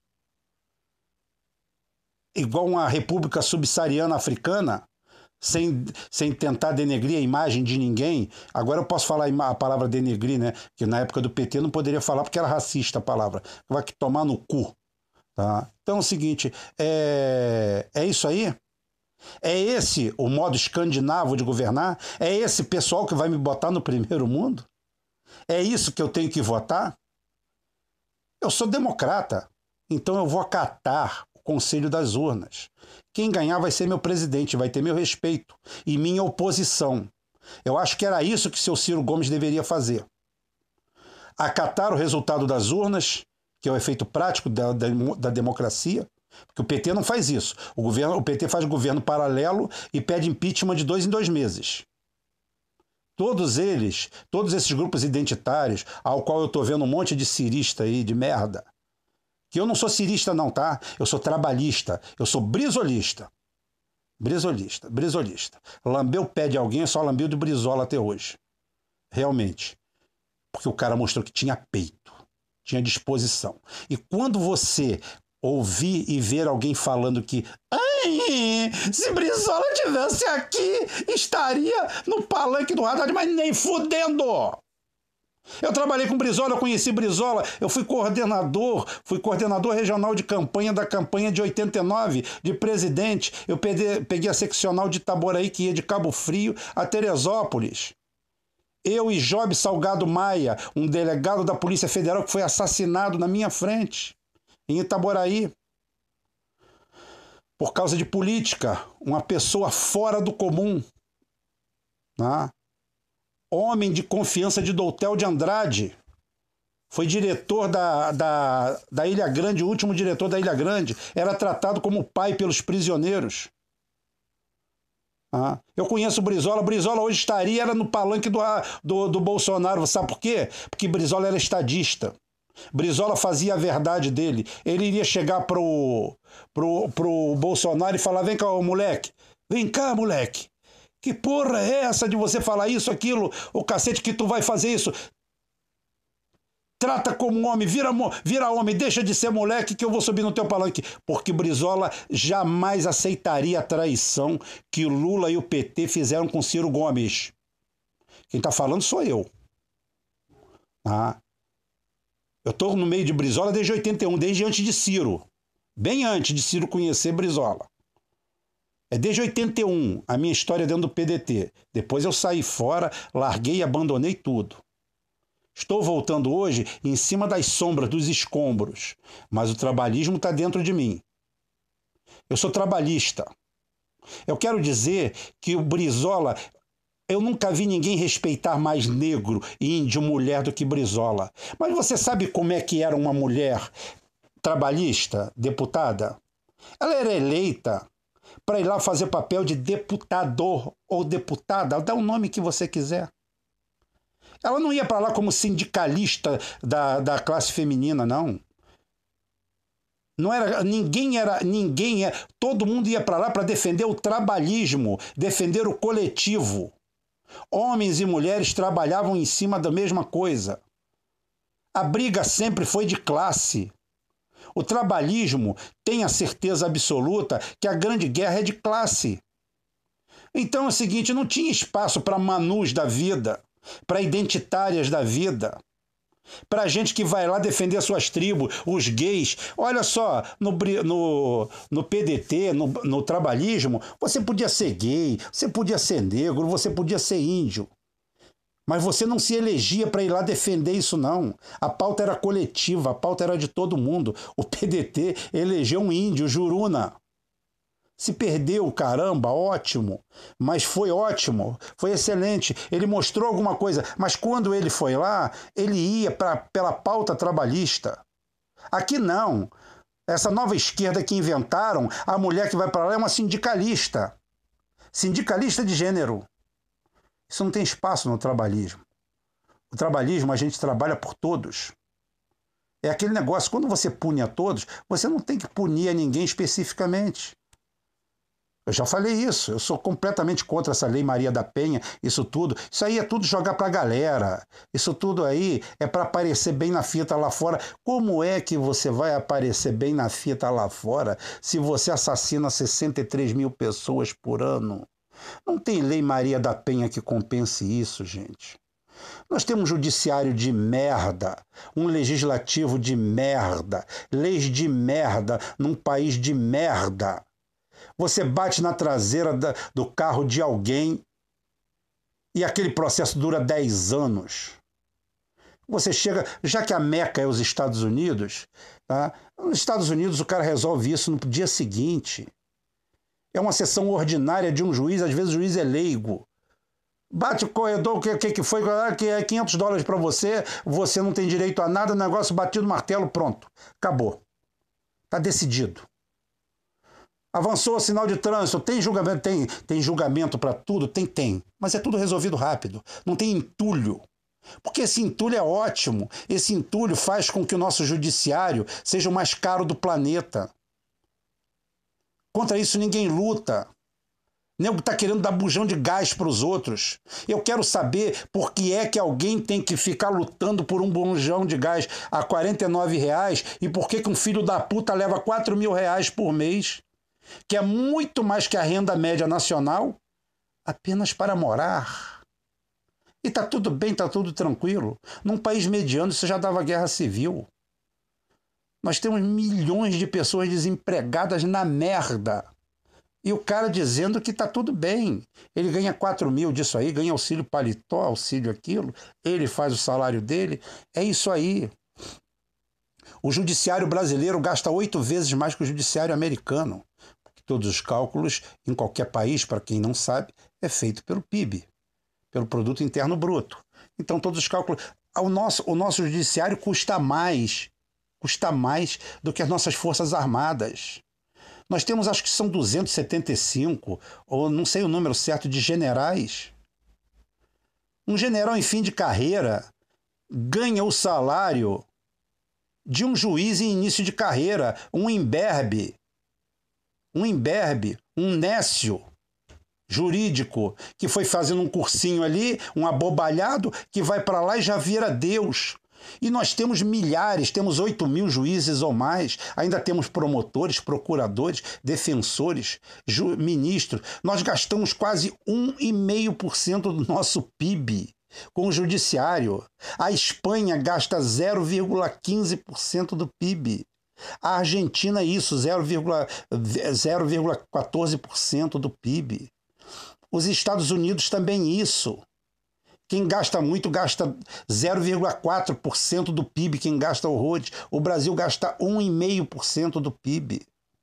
igual uma república subsaariana africana, sem, sem tentar denegrir a imagem de ninguém. Agora eu posso falar a palavra denegrir, né? Que na época do P T não poderia falar porque era racista a palavra. Vai tomar no cu. Tá? Então é o seguinte, é, é isso aí? É esse o modo escandinavo de governar? É esse pessoal que vai me botar no primeiro mundo? É isso que eu tenho que votar? Eu sou democrata, então eu vou acatar o conselho das urnas. Quem ganhar vai ser meu presidente, vai ter meu respeito e minha oposição. Eu acho que era isso que seu Ciro Gomes deveria fazer. Acatar o resultado das urnas, que é o efeito prático da, da, da democracia, porque o P T não faz isso. O, governo, o P T faz governo paralelo e pede impeachment de dois em dois meses. Todos eles, todos esses grupos identitários, ao qual eu estou vendo um monte de cirista aí, de merda, que eu não sou cirista não, tá? Eu sou trabalhista, eu sou brizolista. Brizolista, brizolista. Lambeu o pé de alguém, só lambeu de Brizola até hoje. Realmente. Porque o cara mostrou que tinha peito, tinha disposição. E quando você ouvir e ver alguém falando que ai, se Brizola tivesse aqui, estaria no palanque do Haddad, mas nem fudendo! Eu trabalhei com Brizola, eu conheci Brizola, eu fui coordenador, fui coordenador regional de campanha da campanha de oitenta e nove, de presidente. Eu peguei, peguei a seccional de Itaboraí, que ia de Cabo Frio a Teresópolis. Eu e Job Salgado Maia, um delegado da Polícia Federal que foi assassinado na minha frente, em Itaboraí. Por causa de política, uma pessoa fora do comum. Né? Homem de confiança de Doutel de Andrade. Foi diretor da, da, da Ilha Grande, o último diretor da Ilha Grande. Era tratado como pai pelos prisioneiros. Ah, eu conheço o Brizola. Brizola hoje estaria era no palanque do, do, do Bolsonaro. Sabe por quê? Porque Brizola era estadista. Brizola fazia a verdade dele. Ele iria chegar pro, pro, pro Bolsonaro e falar: vem cá, moleque. Vem cá, moleque. Que porra é essa de você falar isso, aquilo, o cacete que tu vai fazer isso? Trata como homem, vira, vira homem, deixa de ser moleque que eu vou subir no teu palanque. Porque Brizola jamais aceitaria a traição que o Lula e o P T fizeram com Ciro Gomes. Quem tá falando sou eu. Ah. Eu tô no meio de Brizola desde oitenta e um, desde antes de Ciro. Bem antes de Ciro conhecer Brizola. É desde oitenta e um a minha história dentro do P D T. Depois eu saí fora, larguei e abandonei tudo. Estou voltando hoje em cima das sombras, dos escombros. Mas o trabalhismo está dentro de mim. Eu sou trabalhista. Eu quero dizer que o Brizola... Eu nunca vi ninguém respeitar mais negro, índio, mulher do que Brizola. Mas você sabe como é que era uma mulher trabalhista, deputada? Ela era eleita para ir lá fazer papel de deputador ou deputada, dá o nome que você quiser. Ela não ia para lá como sindicalista da, da classe feminina, não. Não era, ninguém era, ninguém é, todo mundo ia para lá para defender o trabalhismo, defender o coletivo. Homens e mulheres trabalhavam em cima da mesma coisa. A briga sempre foi de classe. O trabalhismo tem a certeza absoluta que a grande guerra é de classe. Então é o seguinte, não tinha espaço para manus da vida, para identitárias da vida, para gente que vai lá defender suas tribos, os gays. Olha só, no, no, no P D T, no, no trabalhismo, você podia ser gay, você podia ser negro, você podia ser índio. Mas você não se elegia para ir lá defender isso, não. A pauta era coletiva, a pauta era de todo mundo. O P D T elegeu um índio, Juruna. Se perdeu, caramba, ótimo. Mas foi ótimo, foi excelente. Ele mostrou alguma coisa, mas quando ele foi lá, ele ia pra, pela pauta trabalhista. Aqui não. Essa nova esquerda que inventaram, a mulher que vai para lá é uma sindicalista. Sindicalista de gênero. Isso não tem espaço no trabalhismo. O trabalhismo, a gente trabalha por todos. É aquele negócio, quando você pune a todos, você não tem que punir a ninguém especificamente. Eu já falei isso, eu sou completamente contra essa lei Maria da Penha, isso tudo. Isso aí é tudo jogar pra galera. Isso tudo aí é para aparecer bem na fita lá fora. Como é que você vai aparecer bem na fita lá fora se você assassina sessenta e três mil pessoas por ano? Não tem lei Maria da Penha que compense isso, gente. Nós temos um judiciário de merda, um legislativo de merda, leis de merda num país de merda. Você bate na traseira da, do carro de alguém e aquele processo dura dez anos. Você chega, já que a Meca é os Estados Unidos, tá? Nos Estados Unidos o cara resolve isso no dia seguinte. É uma sessão ordinária de um juiz, às vezes o juiz é leigo. Bate o corredor, o que, que, que foi? Que é quinhentos dólares para você, você não tem direito a nada, negócio batido, martelo, pronto. Acabou. Está decidido. Avançou o sinal de trânsito, tem julgamento, tem, tem julgamento para tudo? Tem, tem. Mas é tudo resolvido rápido. Não tem entulho. Porque esse entulho é ótimo. Esse entulho faz com que o nosso judiciário seja o mais caro do planeta. Contra isso ninguém luta. O nego está querendo dar bujão de gás para os outros. Eu quero saber por que é que alguém tem que ficar lutando por um bujão de gás a quarenta e nove reais e por que que um filho da puta leva quatro mil reais por mês, que é muito mais que a renda média nacional, apenas para morar. E tá tudo bem, tá tudo tranquilo. Num país mediano isso já dava guerra civil. Nós temos milhões de pessoas desempregadas na merda. E o cara dizendo que tá tudo bem. Ele ganha quatro mil disso aí, ganha auxílio paletó, auxílio aquilo, ele faz o salário dele. É isso aí. O judiciário brasileiro gasta oito vezes mais que o judiciário americano. Porque todos os cálculos, em qualquer país, para quem não sabe, é feito pelo P I B, pelo Produto Interno Bruto. Então todos os cálculos... O nosso, o nosso judiciário custa mais... Custa mais do que as nossas Forças Armadas. Nós temos, acho que são duzentos e setenta e cinco, ou não sei o número certo, de generais. Um general em fim de carreira ganha o salário de um juiz em início de carreira, um imberbe, um imberbe, um nécio jurídico, que foi fazendo um cursinho ali, um abobalhado, que vai para lá e já vira Deus. E nós temos milhares, temos oito mil juízes ou mais, ainda temos promotores, procuradores, defensores, ministros. Nós gastamos quase um vírgula cinco por cento do nosso P I B com o judiciário. A Espanha gasta zero vírgula quinze por cento do P I B. A Argentina, isso, zero vírgula quatorze por cento do P I B. Os Estados Unidos também isso. Quem gasta muito gasta zero vírgula quatro por cento do P I B, quem gasta horrores. O Brasil gasta um vírgula cinco por cento do P I B.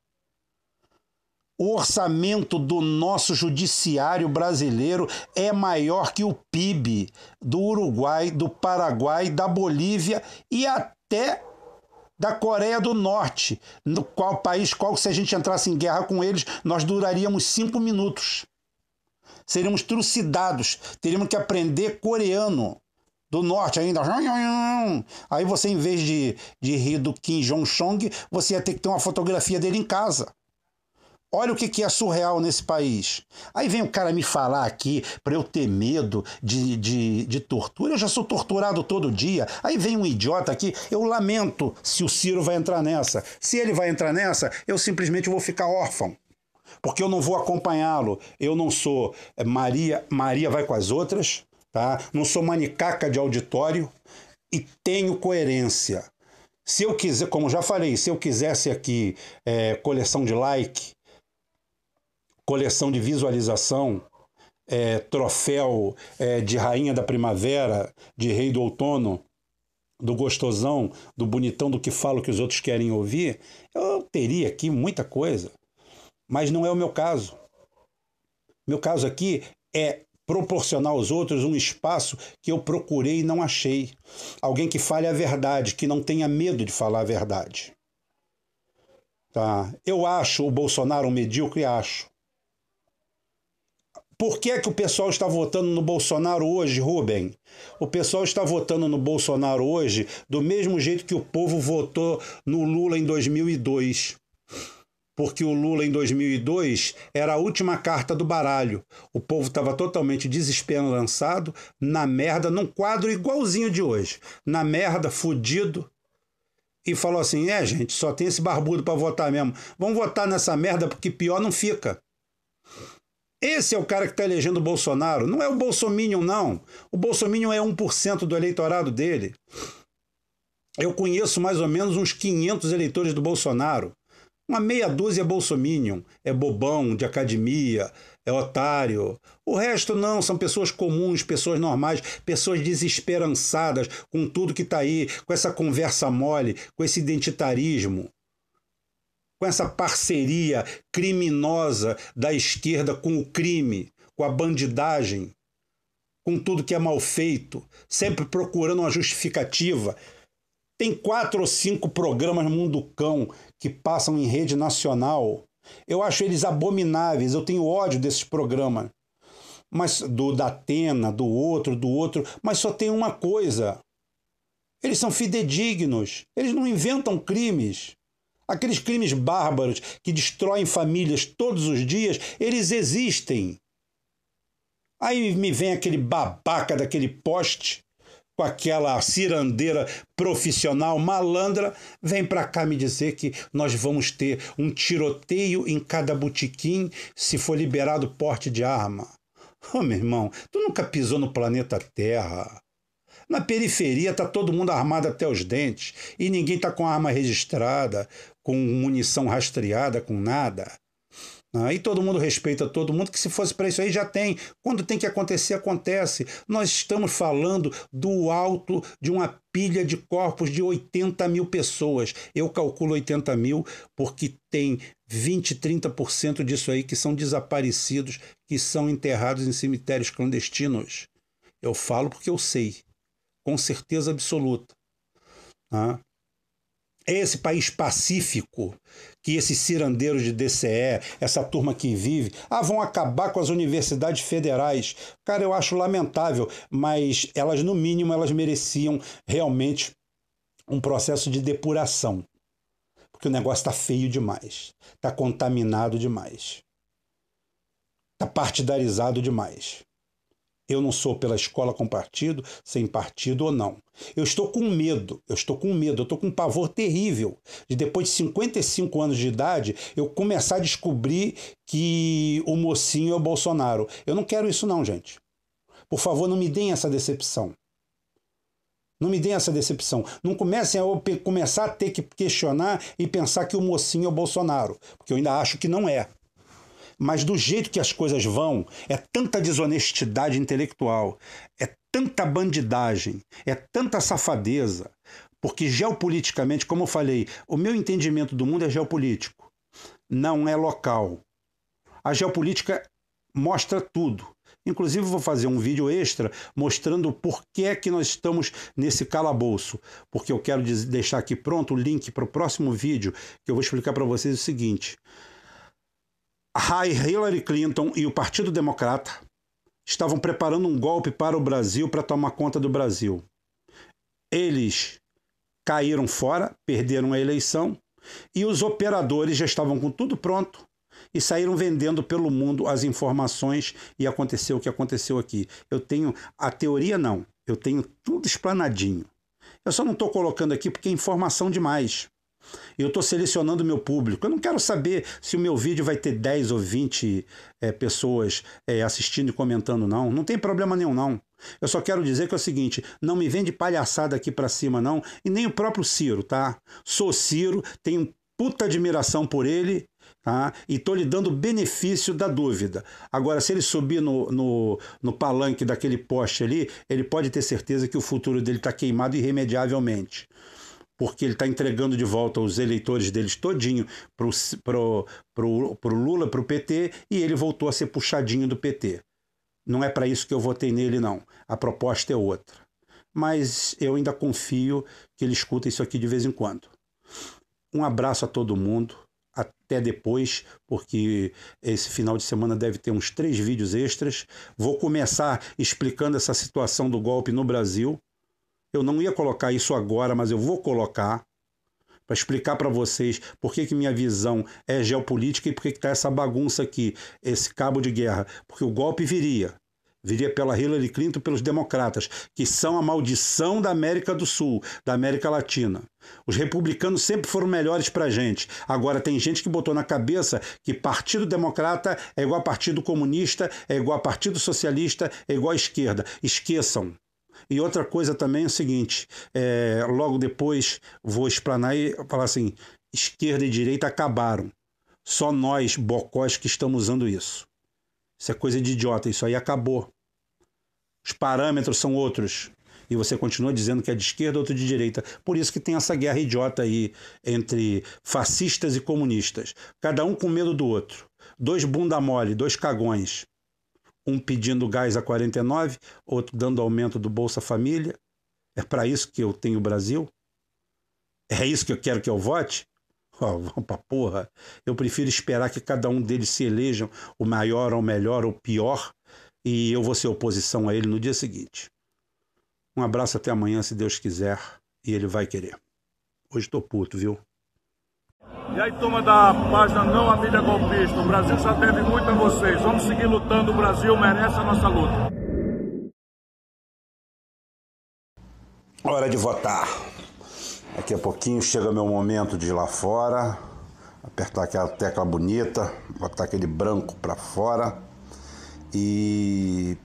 O orçamento do nosso judiciário brasileiro é maior que o P I B do Uruguai, do Paraguai, da Bolívia e até da Coreia do Norte, no qual país qual se a gente entrasse em guerra com eles, nós duraríamos cinco minutos. Seríamos trucidados, teríamos que aprender coreano do norte ainda. Aí você, em vez de, de rir do Kim Jong-chong, você ia ter que ter uma fotografia dele em casa. Olha o que, que é surreal nesse país. Aí vem o cara me falar aqui para eu ter medo de, de, de tortura. Eu já sou torturado todo dia. Aí vem um idiota aqui. Eu lamento se o Ciro vai entrar nessa. Se ele vai entrar nessa, eu simplesmente vou ficar órfão. Porque eu não vou acompanhá-lo. Eu não sou Maria, Maria vai com as outras, tá? Não sou manicaca de auditório e tenho coerência. Se eu quiser, como já falei, se eu quisesse aqui é, coleção de like, coleção de visualização, é, troféu é, de rainha da primavera, de rei do outono, do gostosão, do bonitão, do que falo que os outros querem ouvir, eu teria aqui muita coisa. Mas não é o meu caso. Meu caso aqui é proporcionar aos outros um espaço que eu procurei e não achei. Alguém que fale a verdade, que não tenha medo de falar a verdade. Tá? Eu acho o Bolsonaro um medíocre, acho. Por que é que o pessoal está votando no Bolsonaro hoje, Rubem? O pessoal está votando no Bolsonaro hoje do mesmo jeito que o povo votou no Lula em dois mil e dois. Porque o Lula em dois mil e dois era a última carta do baralho. O povo estava totalmente desesperançado, na merda, num quadro igualzinho de hoje. Na merda, fudido. E falou assim, é gente, só tem esse barbudo para votar mesmo. Vamos votar nessa merda porque pior não fica. Esse é o cara que está elegendo o Bolsonaro. Não é o Bolsominion, não. O Bolsominion é um por cento do eleitorado dele. Eu conheço mais ou menos uns quinhentos eleitores do Bolsonaro. Uma meia dúzia é Bolsominion. É bobão, de academia, é otário. O resto não, são pessoas comuns, pessoas normais, pessoas desesperançadas com tudo que está aí, com essa conversa mole, com esse identitarismo. Com essa parceria criminosa da esquerda com o crime, com a bandidagem, com tudo que é mal feito, sempre procurando uma justificativa. Tem quatro ou cinco programas Mundo Cão que passam em rede nacional. Eu acho eles abomináveis, eu tenho ódio desses programas. Mas do da Atena, do outro, do outro, mas só tem uma coisa. Eles são fidedignos, eles não inventam crimes. Aqueles crimes bárbaros que destroem famílias todos os dias, eles existem. Aí me vem aquele babaca daquele poste, com aquela cirandeira profissional malandra, vem para cá me dizer que nós vamos ter um tiroteio em cada botequim se for liberado porte de arma. Ô, meu irmão, tu nunca pisou no planeta Terra. Na periferia tá todo mundo armado até os dentes e ninguém tá com arma registrada, com munição rastreada, com nada. Aí todo mundo respeita todo mundo, que se fosse para isso aí já tem. Quando tem que acontecer, acontece. Nós estamos falando do alto de uma pilha de corpos de oitenta mil pessoas. Eu calculo oitenta mil porque tem vinte, trinta por cento disso aí que são desaparecidos, que são enterrados em cemitérios clandestinos. Eu falo porque eu sei. Com certeza absoluta. Ah. É esse país pacífico que esses cirandeiros de D C E, essa turma que vive, ah, vão acabar com as universidades federais. Cara, eu acho lamentável, mas elas, no mínimo, elas mereciam realmente um processo de depuração. Porque o negócio está feio demais, está contaminado demais, está partidarizado demais. Eu não sou pela escola com partido, sem partido ou não. Eu estou com medo, eu estou com medo, eu estou com um pavor terrível de depois de cinquenta e cinco anos de idade eu começar a descobrir que o mocinho é o Bolsonaro. Eu não quero isso não, gente. Por favor, não me deem essa decepção. Não me deem essa decepção. Não comecem a começar a ter que questionar e pensar que o mocinho é o Bolsonaro, porque eu ainda acho que não é. Mas do jeito que as coisas vão, é tanta desonestidade intelectual, é tanta bandidagem, é tanta safadeza, porque geopoliticamente, como eu falei, o meu entendimento do mundo é geopolítico, não é local. A geopolítica mostra tudo. Inclusive vou fazer um vídeo extra mostrando por que é que nós estamos nesse calabouço, porque eu quero deixar aqui pronto o link para o próximo vídeo, que eu vou explicar para vocês o seguinte. A Hillary Clinton e o Partido Democrata estavam preparando um golpe para o Brasil, para tomar conta do Brasil. Eles caíram fora, perderam a eleição, e os operadores já estavam com tudo pronto e saíram vendendo pelo mundo as informações, e aconteceu o que aconteceu aqui. Eu tenho a teoria, não. Eu tenho tudo explanadinho. Eu só não estou colocando aqui porque é informação demais. Eu estou selecionando o meu público. Eu não quero saber se o meu vídeo vai ter dez ou vinte é, pessoas é, assistindo e comentando, não. Não tem problema nenhum, não. Eu só quero dizer que é o seguinte, não me vende palhaçada aqui para cima, não. E nem o próprio Ciro, tá? Sou Ciro, tenho puta admiração por ele, tá? E tô lhe dando o benefício da dúvida. Agora, se ele subir no, no, no palanque daquele poste ali, ele pode ter certeza que o futuro dele está queimado irremediavelmente. Porque ele está entregando de volta os eleitores deles todinho pro, pro, pro, pro Lula, pro P T, e ele voltou a ser puxadinho do P T. Não é para isso que eu votei nele, não. A proposta é outra. Mas eu ainda confio que ele escuta isso aqui de vez em quando. Um abraço a todo mundo. Até depois, porque esse final de semana deve ter uns três vídeos extras. Vou começar explicando essa situação do golpe no Brasil. Eu não ia colocar isso agora, mas eu vou colocar para explicar para vocês por que, que minha visão é geopolítica e por que está essa bagunça aqui, esse cabo de guerra. Porque o golpe viria. Viria pela Hillary Clinton, pelos democratas, que são a maldição da América do Sul, da América Latina. Os republicanos sempre foram melhores para a gente. Agora tem gente que botou na cabeça que Partido Democrata é igual a Partido Comunista, é igual a Partido Socialista, é igual à esquerda. Esqueçam. E outra coisa também é o seguinte, é, logo depois vou explanar e falar assim, esquerda e direita acabaram. Só nós, bocós, que estamos usando isso. Isso é coisa de idiota, isso aí acabou. Os parâmetros são outros. E você continua dizendo que é de esquerda, outro de direita. Por isso que tem essa guerra idiota aí entre fascistas e comunistas. Cada um com medo do outro. Dois bunda mole, dois cagões. Um pedindo gás a quarenta e nove, outro dando aumento do Bolsa Família. É para isso que eu tenho o Brasil? É isso que eu quero que eu vote? Oh, vamos pra porra. Eu prefiro esperar que cada um deles se elejam o maior, ou melhor, ou pior, e eu vou ser oposição a ele no dia seguinte. Um abraço até amanhã, se Deus quiser, e ele vai querer. Hoje tô puto, viu? E aí, turma da página Não a Mídia Golpista, o Brasil já deve muito a vocês. Vamos seguir lutando, o Brasil merece a nossa luta. Hora de votar. Daqui a pouquinho chega meu momento de ir lá fora, apertar aquela tecla bonita, botar aquele branco para fora e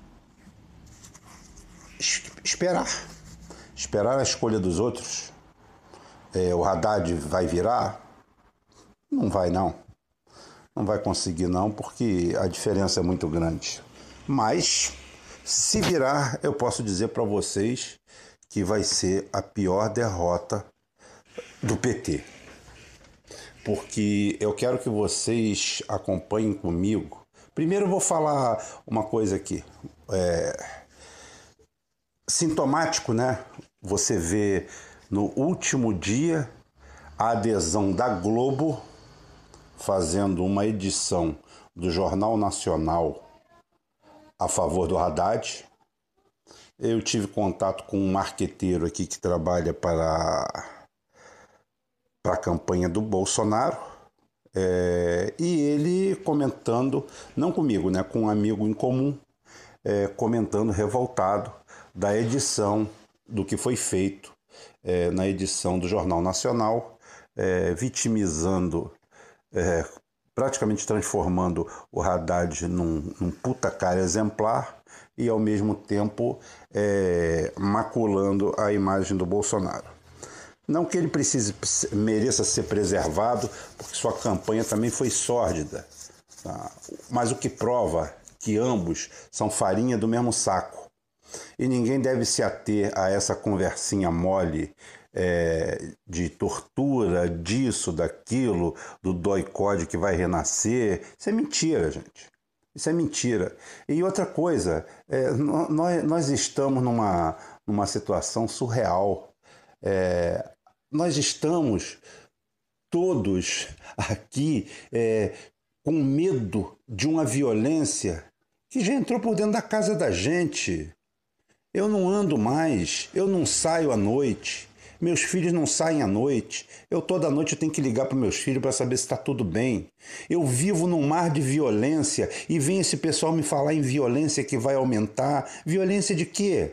esperar. Esperar a escolha dos outros. É, o Haddad vai virar? Não vai, não. Não vai conseguir, não, porque a diferença é muito grande. Mas, se virar, eu posso dizer para vocês que vai ser a pior derrota do P T. Porque eu quero que vocês acompanhem comigo. Primeiro eu vou falar uma coisa aqui. É... Sintomático, né? Você vê no último dia a adesão da Globo fazendo uma edição do Jornal Nacional a favor do Haddad. Eu tive contato com um marqueteiro aqui que trabalha para, para a campanha do Bolsonaro, é, e ele comentando, não comigo, né, com um amigo em comum, é, comentando revoltado da edição do que foi feito é, na edição do Jornal Nacional, é, vitimizando, é, praticamente transformando o Haddad num, num puta cara exemplar e, ao mesmo tempo, é, maculando a imagem do Bolsonaro. Não que ele precise, mereça ser preservado, porque sua campanha também foi sórdida, tá? Mas o que prova que ambos são farinha do mesmo saco. E ninguém deve se ater a essa conversinha mole é, de tortura, disso, daquilo, do doi-code que vai renascer. Isso é mentira, gente. Isso é mentira. E outra coisa, é, nós, nós estamos numa, numa situação surreal. É, nós estamos todos aqui é, com medo de uma violência que já entrou por dentro da casa da gente. Eu não ando mais, eu não saio à noite, meus filhos não saem à noite. Eu toda noite eu tenho que ligar para meus filhos para saber se está tudo bem. Eu vivo num mar de violência e vem esse pessoal me falar em violência que vai aumentar. Violência de quê?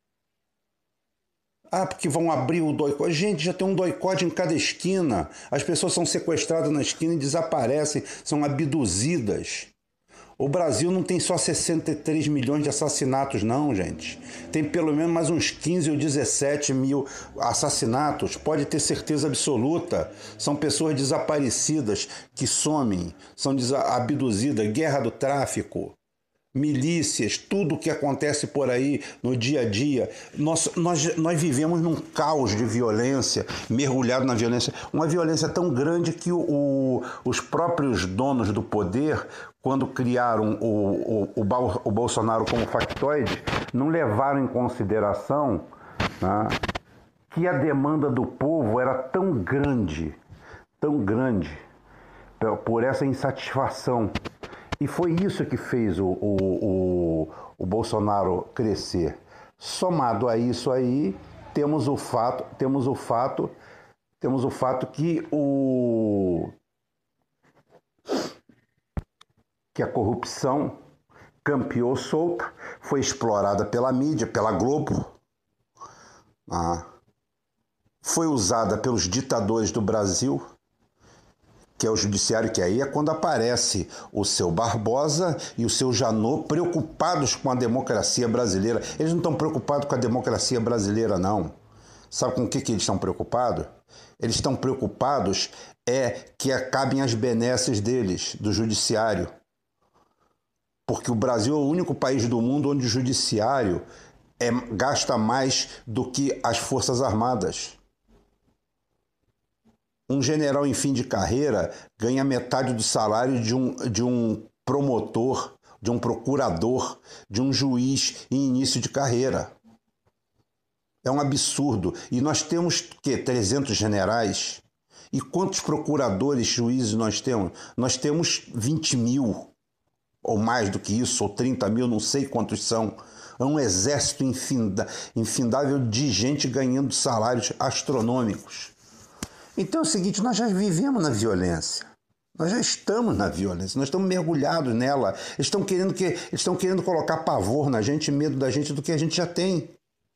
Ah, porque vão abrir o doicode. Gente, já tem um doicode em cada esquina. As pessoas são sequestradas na esquina e desaparecem, são abduzidas. O Brasil não tem só sessenta e três milhões de assassinatos, não, gente. Tem pelo menos mais uns quinze ou dezessete mil assassinatos. Pode ter certeza absoluta. São pessoas desaparecidas que somem, são abduzidas. Guerra do tráfico, milícias, tudo que acontece por aí no dia a dia. Nós, nós, nós vivemos num caos de violência, mergulhado na violência. Uma violência tão grande que o, o, os próprios donos do poder, quando criaram o, o, o, o Bolsonaro como factoide, não levaram em consideração, né, que a demanda do povo era tão grande, tão grande, por essa insatisfação. E foi isso que fez o, o, o, o Bolsonaro crescer. Somado a isso aí, temos o fato, temos o fato, temos o fato que o que a corrupção campeou solta, foi explorada pela mídia, pela Globo, ah, foi usada pelos ditadores do Brasil, que é o judiciário, que aí é quando aparece o seu Barbosa e o seu Janot preocupados com a democracia brasileira. Eles não estão preocupados com a democracia brasileira, não. Sabe com o que, que eles estão preocupados? Eles estão preocupados é que acabem as benesses deles, do judiciário. Porque o Brasil é o único país do mundo onde o judiciário é, gasta mais do que as Forças Armadas. Um general em fim de carreira ganha metade do salário de um, de um promotor, de um procurador, de um juiz em início de carreira. É um absurdo. E nós temos, que, trezentos generais? E quantos procuradores, juízes nós temos? Nós temos vinte mil, ou mais do que isso, ou trinta mil, não sei quantos são. É um exército infinda, infindável de gente ganhando salários astronômicos. Então é o seguinte, nós já vivemos na violência. Nós já estamos na violência, nós estamos mergulhados nela. Eles estão querendo, que, eles estão querendo colocar pavor na gente, medo da gente do que a gente já tem.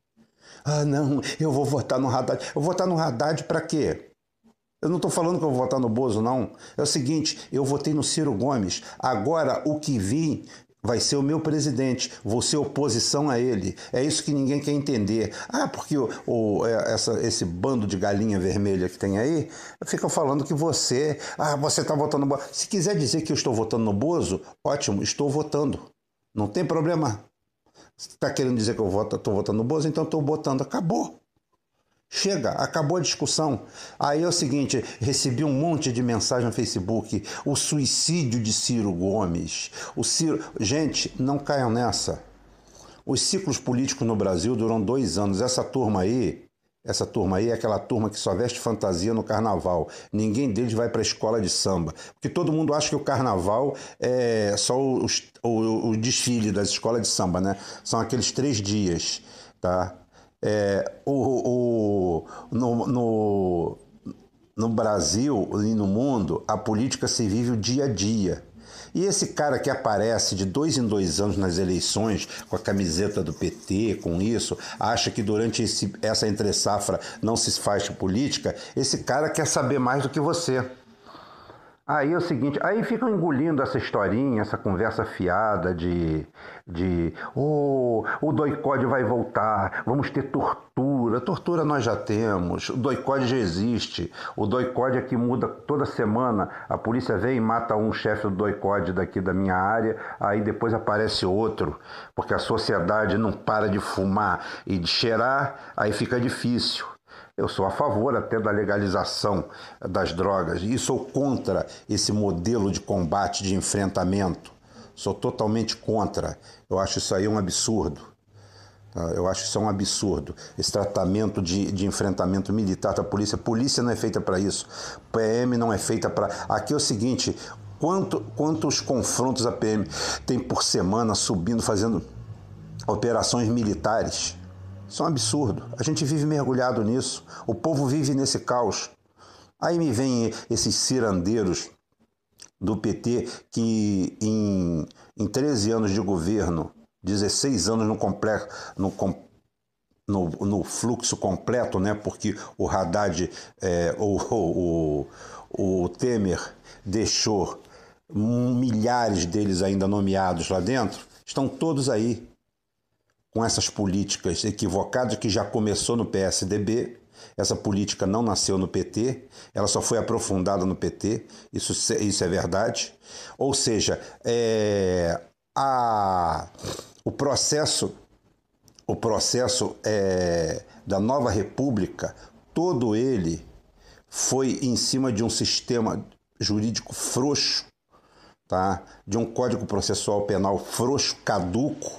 Ah, não, eu vou votar no Haddad. Eu vou votar no Haddad para quê? Eu não estou falando que eu vou votar no Bozo, não. É o seguinte, eu votei no Ciro Gomes. Agora, o que vir vai ser o meu presidente. Vou ser oposição a ele. É isso que ninguém quer entender. Ah, porque o, o, essa, esse bando de galinha vermelha que tem aí fica falando que você... Ah, você está votando no Bozo. Se quiser dizer que eu estou votando no Bozo, ótimo, estou votando. Não tem problema. Se está querendo dizer que eu estou votando no Bozo, então estou votando. Acabou. Chega, acabou a discussão. Aí é o seguinte, recebi um monte de mensagem no Facebook, o suicídio de Ciro Gomes. O Ciro... Gente, não caiam nessa. Os ciclos políticos no Brasil duram dois anos. Essa turma aí, essa turma aí é aquela turma que só veste fantasia no carnaval. Ninguém deles vai para a escola de samba. Porque todo mundo acha que o carnaval é só o, o, o desfile das escolas de samba, né? São aqueles três dias, tá? É, o, o, no, no, no Brasil e no mundo, a política se vive o dia a dia. E esse cara que aparece de dois em dois anos nas eleições, com a camiseta do P T, com isso, acha que durante esse, essa entre-safra não se faz política, esse cara quer saber mais do que você. Aí é o seguinte, aí ficam engolindo essa historinha, essa conversa fiada de, de oh, o doicode vai voltar, vamos ter tortura. Tortura nós já temos, o doicode já existe. O doicode é que muda toda semana. A polícia vem e mata um chefe do doicode daqui da minha área, aí depois aparece outro, porque a sociedade não para de fumar e de cheirar, aí fica difícil. Eu sou a favor até da legalização das drogas e sou contra esse modelo de combate, de enfrentamento. Sou totalmente contra. Eu acho isso aí um absurdo. Eu acho isso um absurdo. Esse tratamento de, de enfrentamento militar da polícia. Polícia não é feita para isso. P M não é feita para... Aqui é o seguinte, quanto, quantos confrontos a P M tem por semana subindo, fazendo operações militares? Isso é um absurdo. A gente vive mergulhado nisso. O povo vive nesse caos. Aí me vem esses cirandeiros do P T que em, em treze anos de governo, dezesseis anos no, completo, no, no, no fluxo completo, né? Porque o Haddad, é, o, o, o, o Temer deixou milhares deles ainda nomeados lá dentro, estão todos aí com essas políticas equivocadas que já começou no P S D B. Essa política não nasceu no P T, ela só foi aprofundada no P T, isso, isso é verdade. Ou seja, é, a, o processo, o processo é, da nova república, todo ele foi em cima de um sistema jurídico frouxo, tá? De um código processual penal frouxo, caduco,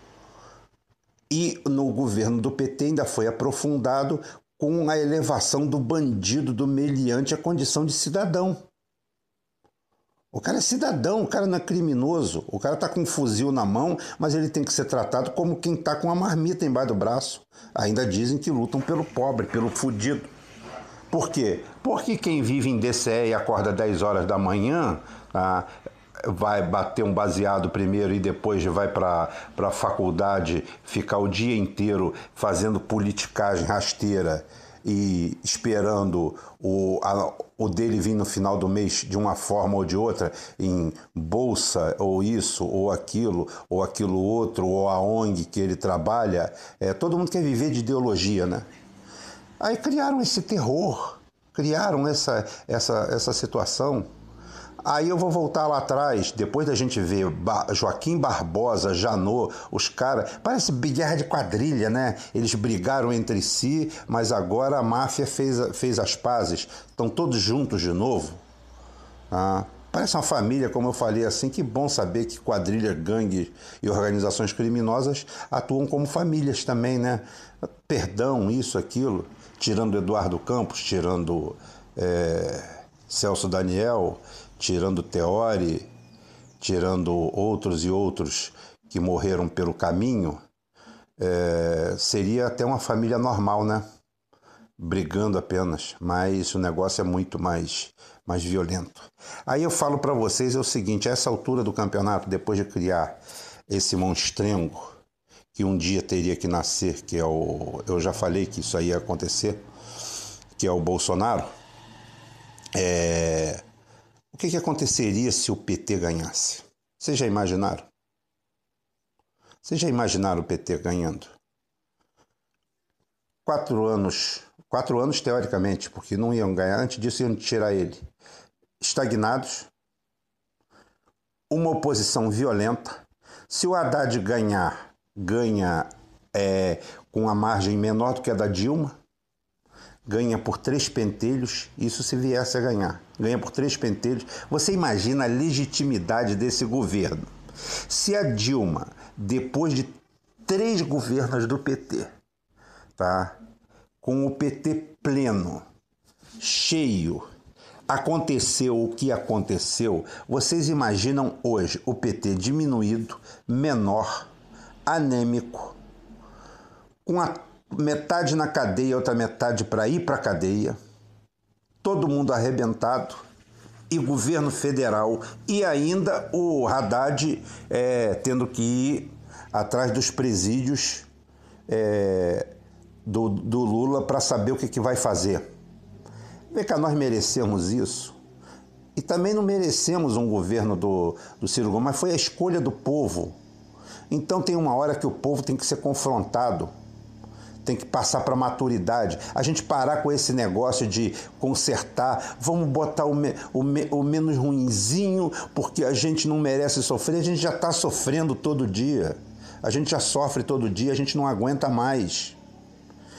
e no governo do P T ainda foi aprofundado com a elevação do bandido, do meliante à condição de cidadão. O cara é cidadão, o cara não é criminoso, o cara está com um fuzil na mão, mas ele tem que ser tratado como quem está com uma marmita embaixo do braço. Ainda dizem que lutam pelo pobre, pelo fudido. Por quê? Porque quem vive em D C E e acorda dez horas da manhã, ah, vai bater um baseado primeiro e depois vai para a faculdade ficar o dia inteiro fazendo politicagem rasteira e esperando o, a, o dele vir no final do mês de uma forma ou de outra, em bolsa, ou isso, ou aquilo, ou aquilo outro, ou a O N G que ele trabalha. É, todo mundo quer viver de ideologia, né? Aí criaram esse terror, criaram essa, essa, essa situação. Aí eu vou voltar lá atrás, depois da gente ver Joaquim Barbosa, Janot, os caras, parece guerra de quadrilha, né? Eles brigaram entre si, mas agora a máfia fez, fez as pazes, estão todos juntos de novo. Ah, parece uma família, como eu falei assim, que bom saber que quadrilha, gangue e organizações criminosas atuam como famílias também, né? Perdão, isso, aquilo, tirando Eduardo Campos, tirando é, Celso Daniel, tirando Teori, tirando outros e outros que morreram pelo caminho, é, seria até uma família normal, né? Brigando apenas, mas o negócio é muito mais, mais violento. Aí eu falo para vocês é o seguinte, a essa altura do campeonato, depois de criar esse monstrengo, que um dia teria que nascer, que é o... eu já falei que isso aí ia acontecer, que é o Bolsonaro, é... o que, que aconteceria se o P T ganhasse? Vocês já imaginaram? Vocês já imaginaram o P T ganhando? Quatro anos, quatro anos teoricamente, porque não iam ganhar, antes disso iam tirar ele. Estagnados, uma oposição violenta. Se o Haddad ganhar, ganha é, com uma margem menor do que a da Dilma, ganha por três pentelhos, isso se viesse a ganhar. Ganha por três pentelhos. Você imagina a legitimidade desse governo. Se a Dilma, depois de três governos do P T, tá, com o P T pleno, cheio, aconteceu o que aconteceu, vocês imaginam hoje o P T diminuído, menor, anêmico, com a metade na cadeia, outra metade para ir para a cadeia, todo mundo arrebentado, e governo federal, e ainda o Haddad é, tendo que ir atrás dos presídios é, do, do Lula para saber o que, que vai fazer. Vê cá, nós merecemos isso. E também não merecemos um governo do, do Ciro Gomes, mas foi a escolha do povo. Então tem uma hora que o povo tem que ser confrontado, tem que passar para a maturidade. A gente parar com esse negócio de consertar, vamos botar o, me, o, me, o menos ruinzinho, porque a gente não merece sofrer. A gente já está sofrendo todo dia. A gente já sofre todo dia, a gente não aguenta mais.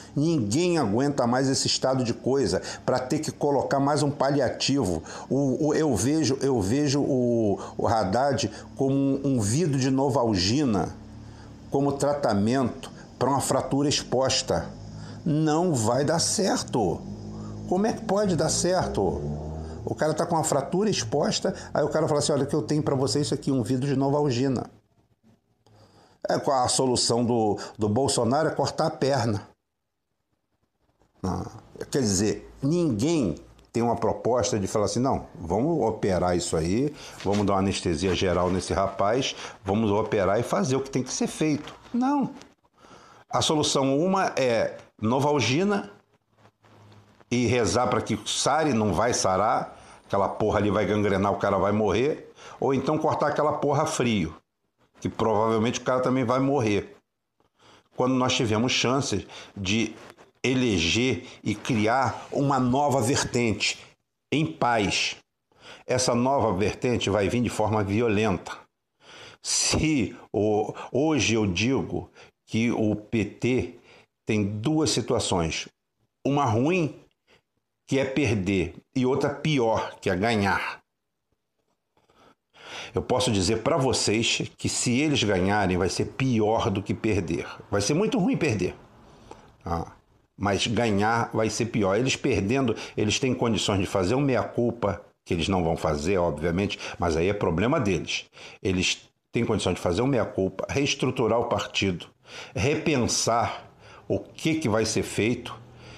Ninguém aguenta mais esse estado de coisa para ter que colocar mais um paliativo. O, o, eu vejo, eu vejo o, o Haddad como um, um vidro de Novalgina, como tratamento para uma fratura exposta. Não vai dar certo. Como é que pode dar certo? O cara está com uma fratura exposta, aí o cara fala assim, olha, o que eu tenho para você, isso aqui, um vidro de Novalgina. É, a solução do, do Bolsonaro é cortar a perna. Ah, quer dizer, ninguém tem uma proposta de falar assim, não, vamos operar isso aí, vamos dar uma anestesia geral nesse rapaz, vamos operar e fazer o que tem que ser feito. Não. A solução uma é Novalgina e rezar para que sare, não vai sarar, aquela porra ali vai gangrenar, o cara vai morrer, ou então cortar aquela porra a frio, que provavelmente o cara também vai morrer. Quando nós tivemos chances de eleger e criar uma nova vertente em paz. Essa nova vertente vai vir de forma violenta. Se o, hoje eu digo que o P T tem duas situações, uma ruim, que é perder, e outra pior, que é ganhar. Eu posso dizer para vocês que se eles ganharem vai ser pior do que perder. Vai ser muito ruim perder. Ah, mas ganhar vai ser pior. Eles perdendo, eles têm condições de fazer um meia-culpa, que eles não vão fazer, obviamente, mas aí é problema deles. Eles têm condições de fazer um meia-culpa, reestruturar o partido, repensar o que, que vai ser feito,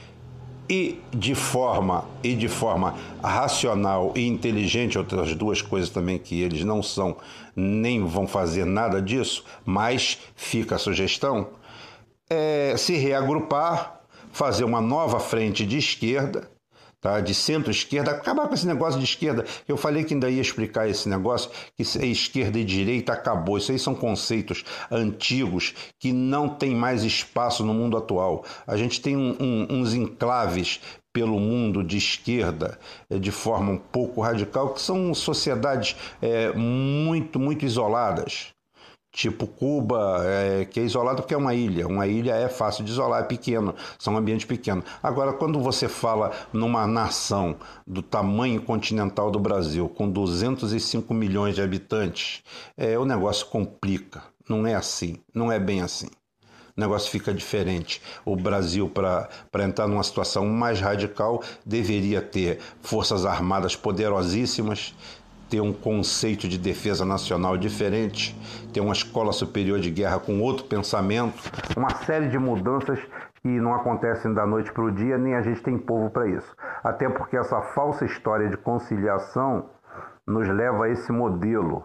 e de forma e de forma racional e inteligente, outras duas coisas também que eles não são, nem vão fazer nada disso, mas fica a sugestão, é se reagrupar, fazer uma nova frente de esquerda, tá? De centro-esquerda, acabar com esse negócio de esquerda. Eu falei que ainda ia explicar esse negócio, que esquerda e direita acabou. Isso aí são conceitos antigos que não tem mais espaço no mundo atual. A gente tem um, um, uns enclaves pelo mundo de esquerda, de forma um pouco radical, que são sociedades é, muito, muito isoladas. Tipo Cuba, é, que é isolado porque é uma ilha. Uma ilha é fácil de isolar, é pequeno, são ambientes pequenos. Agora, quando você fala numa nação do tamanho continental do Brasil, com duzentos e cinco milhões de habitantes, é, o negócio complica. Não é assim, não é bem assim. O negócio fica diferente. O Brasil, para entrar numa situação mais radical, deveria ter forças armadas poderosíssimas, ter um conceito de defesa nacional diferente, ter uma escola superior de guerra com outro pensamento, uma série de mudanças que não acontecem da noite para o dia, nem a gente tem povo para isso. Até porque essa falsa história de conciliação nos leva a esse modelo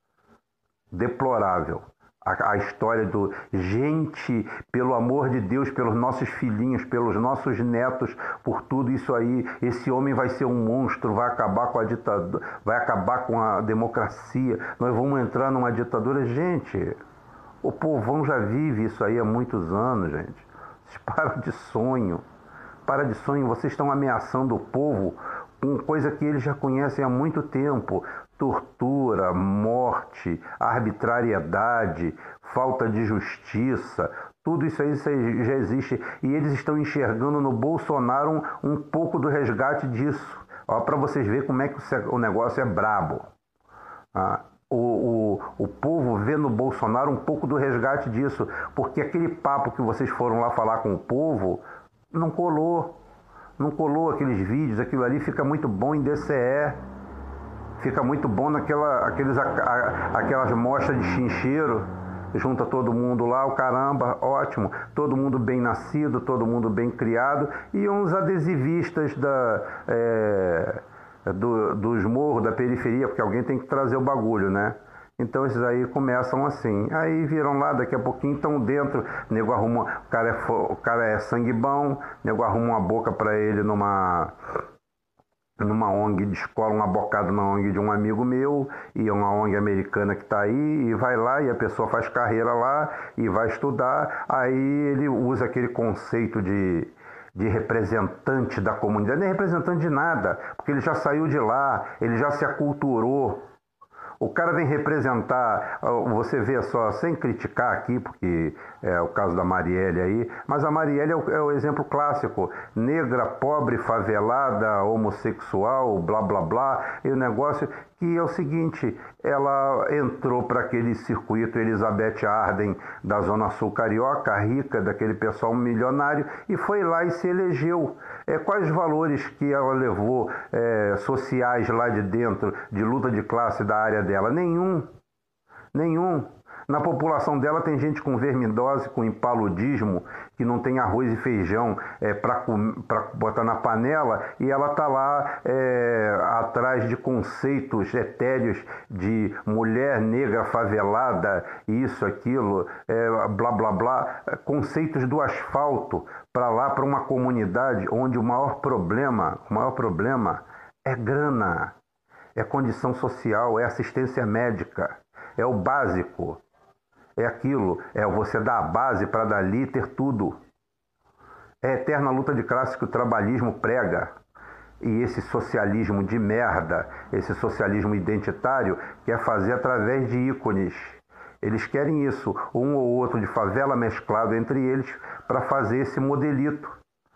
deplorável. A, a história do gente, pelo amor de Deus, pelos nossos filhinhos, pelos nossos netos, por tudo isso aí, esse homem vai ser um monstro, vai acabar com a ditadura, vai acabar com a democracia, nós vamos entrar numa ditadura. Gente, o povão já vive isso aí há muitos anos, gente. Vocês param de sonho, para de sonho, vocês estão ameaçando o povo com coisa que eles já conhecem há muito tempo. Tortura, morte, arbitrariedade, falta de justiça, tudo isso aí já existe. E eles estão enxergando no Bolsonaro um, um pouco do resgate disso. Para vocês verem como é que o negócio é brabo. Ah, o, o, o povo vê no Bolsonaro um pouco do resgate disso, porque aquele papo que vocês foram lá falar com o povo não colou. Não colou aqueles vídeos, aquilo ali fica muito bom em D C E. Fica muito bom naquela, aqueles, aquelas mostras de chincheiro, junta todo mundo lá, o caramba, ótimo, todo mundo bem nascido, todo mundo bem criado, e uns adesivistas da, é, do, dos morros, da periferia, porque alguém tem que trazer o bagulho, né? Então esses aí começam assim, aí viram lá, daqui a pouquinho estão dentro, o nego arruma, o cara é, o cara é sangue bom, o nego arruma uma boca para ele numa... numa O N G de escola, uma bocada na O N G de um amigo meu, e uma O N G americana que está aí, e vai lá, e a pessoa faz carreira lá, e vai estudar, aí ele usa aquele conceito de, de representante da comunidade, nem representante de nada, porque ele já saiu de lá, ele já se aculturou. O cara vem representar, você vê só, sem criticar aqui, porque é o caso da Marielle aí, mas a Marielle é o, é o exemplo clássico, negra, pobre, favelada, homossexual, blá blá blá, e o negócio que é o seguinte, ela entrou para aquele circuito Elizabeth Arden da Zona Sul Carioca, rica, daquele pessoal milionário, e foi lá e se elegeu. É, quais valores que ela levou é, sociais lá de dentro, de luta de classe da área dela? Nenhum. Nenhum. Na população dela tem gente com vermidose, com impaludismo, que não tem arroz e feijão é, para botar na panela, e ela está lá é, atrás de conceitos etéreos de mulher negra favelada, isso, aquilo, é, blá, blá, blá, conceitos do asfalto, para lá, para uma comunidade onde o maior problema, o maior problema é grana, é condição social, é assistência médica, é o básico. É aquilo, é você dar a base para dali ter tudo. É a eterna luta de classe que o trabalhismo prega. E esse socialismo de merda, esse socialismo identitário, quer fazer através de ícones. Eles querem isso, um ou outro de favela mesclado entre eles, para fazer esse modelito.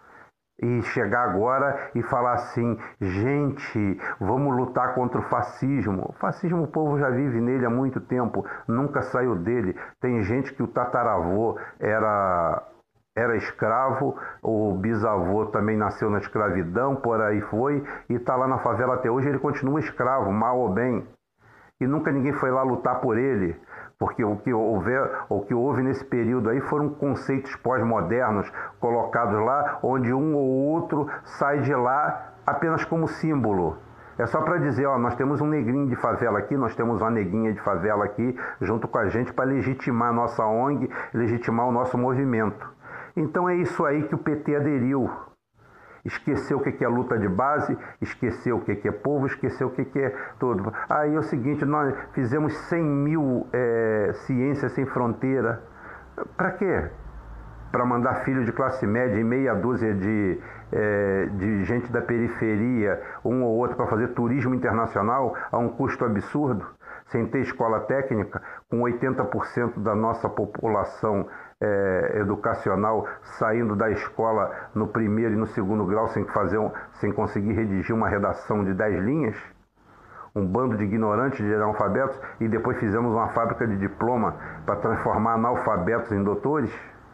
E chegar agora e falar assim, gente, vamos lutar contra o fascismo. O fascismo o povo já vive nele há muito tempo, nunca saiu dele. Tem gente que o tataravô era, era escravo, o bisavô também nasceu na escravidão, por aí foi, e está lá na favela até hoje, ele continua escravo, mal ou bem. E nunca ninguém foi lá lutar por ele. Porque o que, houver, o que houve nesse período aí foram conceitos pós-modernos colocados lá, onde um ou outro sai de lá apenas como símbolo. É só para dizer, ó, nós temos um negrinho de favela aqui, nós temos uma neguinha de favela aqui, junto com a gente, para legitimar a nossa O N G, legitimar o nosso movimento. Então é isso aí que o P T aderiu. Esqueceu o que é luta de base, esqueceu o que é povo, esqueceu o que é tudo. Aí é o seguinte, nós fizemos cem mil é, ciências sem fronteira. Para quê? Para mandar filho de classe média e meia dúzia de, é, de gente da periferia, um ou outro, para fazer turismo internacional a um custo absurdo, sem ter escola técnica, com oitenta por cento da nossa população É, educacional saindo da escola no primeiro e no segundo grau sem, fazer um, sem conseguir redigir uma redação de dez linhas, um bando de ignorantes, de analfabetos, e depois fizemos uma fábrica de diploma para transformar analfabetos em doutores,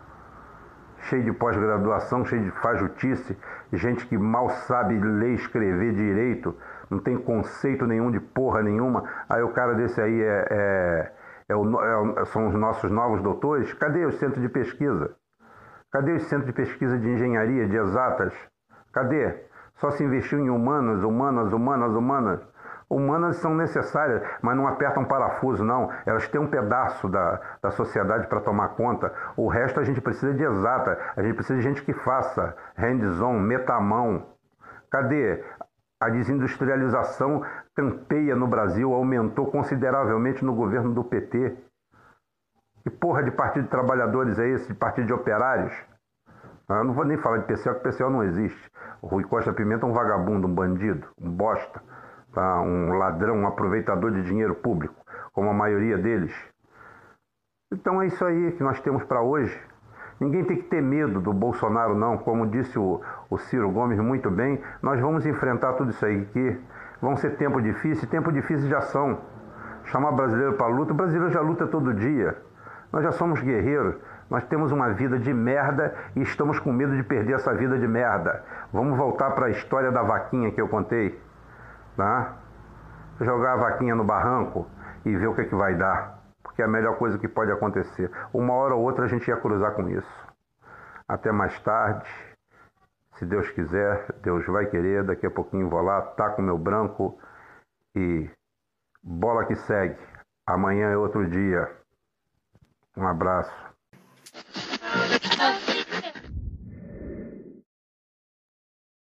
cheio de pós-graduação, cheio de fajutice, gente que mal sabe ler e escrever direito, não tem conceito nenhum de porra nenhuma. Aí o cara desse aí é... é É o, é, são os nossos novos doutores. Cadê os centros de pesquisa? Cadê os centros de pesquisa de engenharia, de exatas? Cadê? Só se investiu em humanas, humanas, humanas, humanas. Humanas são necessárias, mas não apertam parafuso, não. Elas têm um pedaço da, da sociedade para tomar conta. O resto a gente precisa de exata. A gente precisa de gente que faça hands-on, meta a mão. Cadê? A desindustrialização campeia no Brasil, aumentou consideravelmente no governo do P T. Que porra de partido de trabalhadores é esse? De partido de operários? Eu não vou nem falar de P C O, que P C O não existe. O Rui Costa Pimenta é um vagabundo, um bandido, um bosta, tá? Um ladrão, um aproveitador de dinheiro público, como a maioria deles. Então é isso aí que nós temos para hoje. Ninguém tem que ter medo do Bolsonaro, não. Como disse o, o Ciro Gomes muito bem, nós vamos enfrentar tudo isso aí aqui. Vão ser tempos difíceis, tempos difíceis já são. Chamar brasileiro para luta, o brasileiro já luta todo dia. Nós já somos guerreiros, nós temos uma vida de merda e estamos com medo de perder essa vida de merda. Vamos voltar para a história da vaquinha que eu contei, tá? Jogar a vaquinha no barranco e ver o que, é que vai dar. Que é a melhor coisa que pode acontecer. Uma hora ou outra a gente ia cruzar com isso. Até mais tarde. Se Deus quiser, Deus vai querer. Daqui a pouquinho vou lá, taco meu branco e bola que segue. Amanhã é outro dia. Um abraço.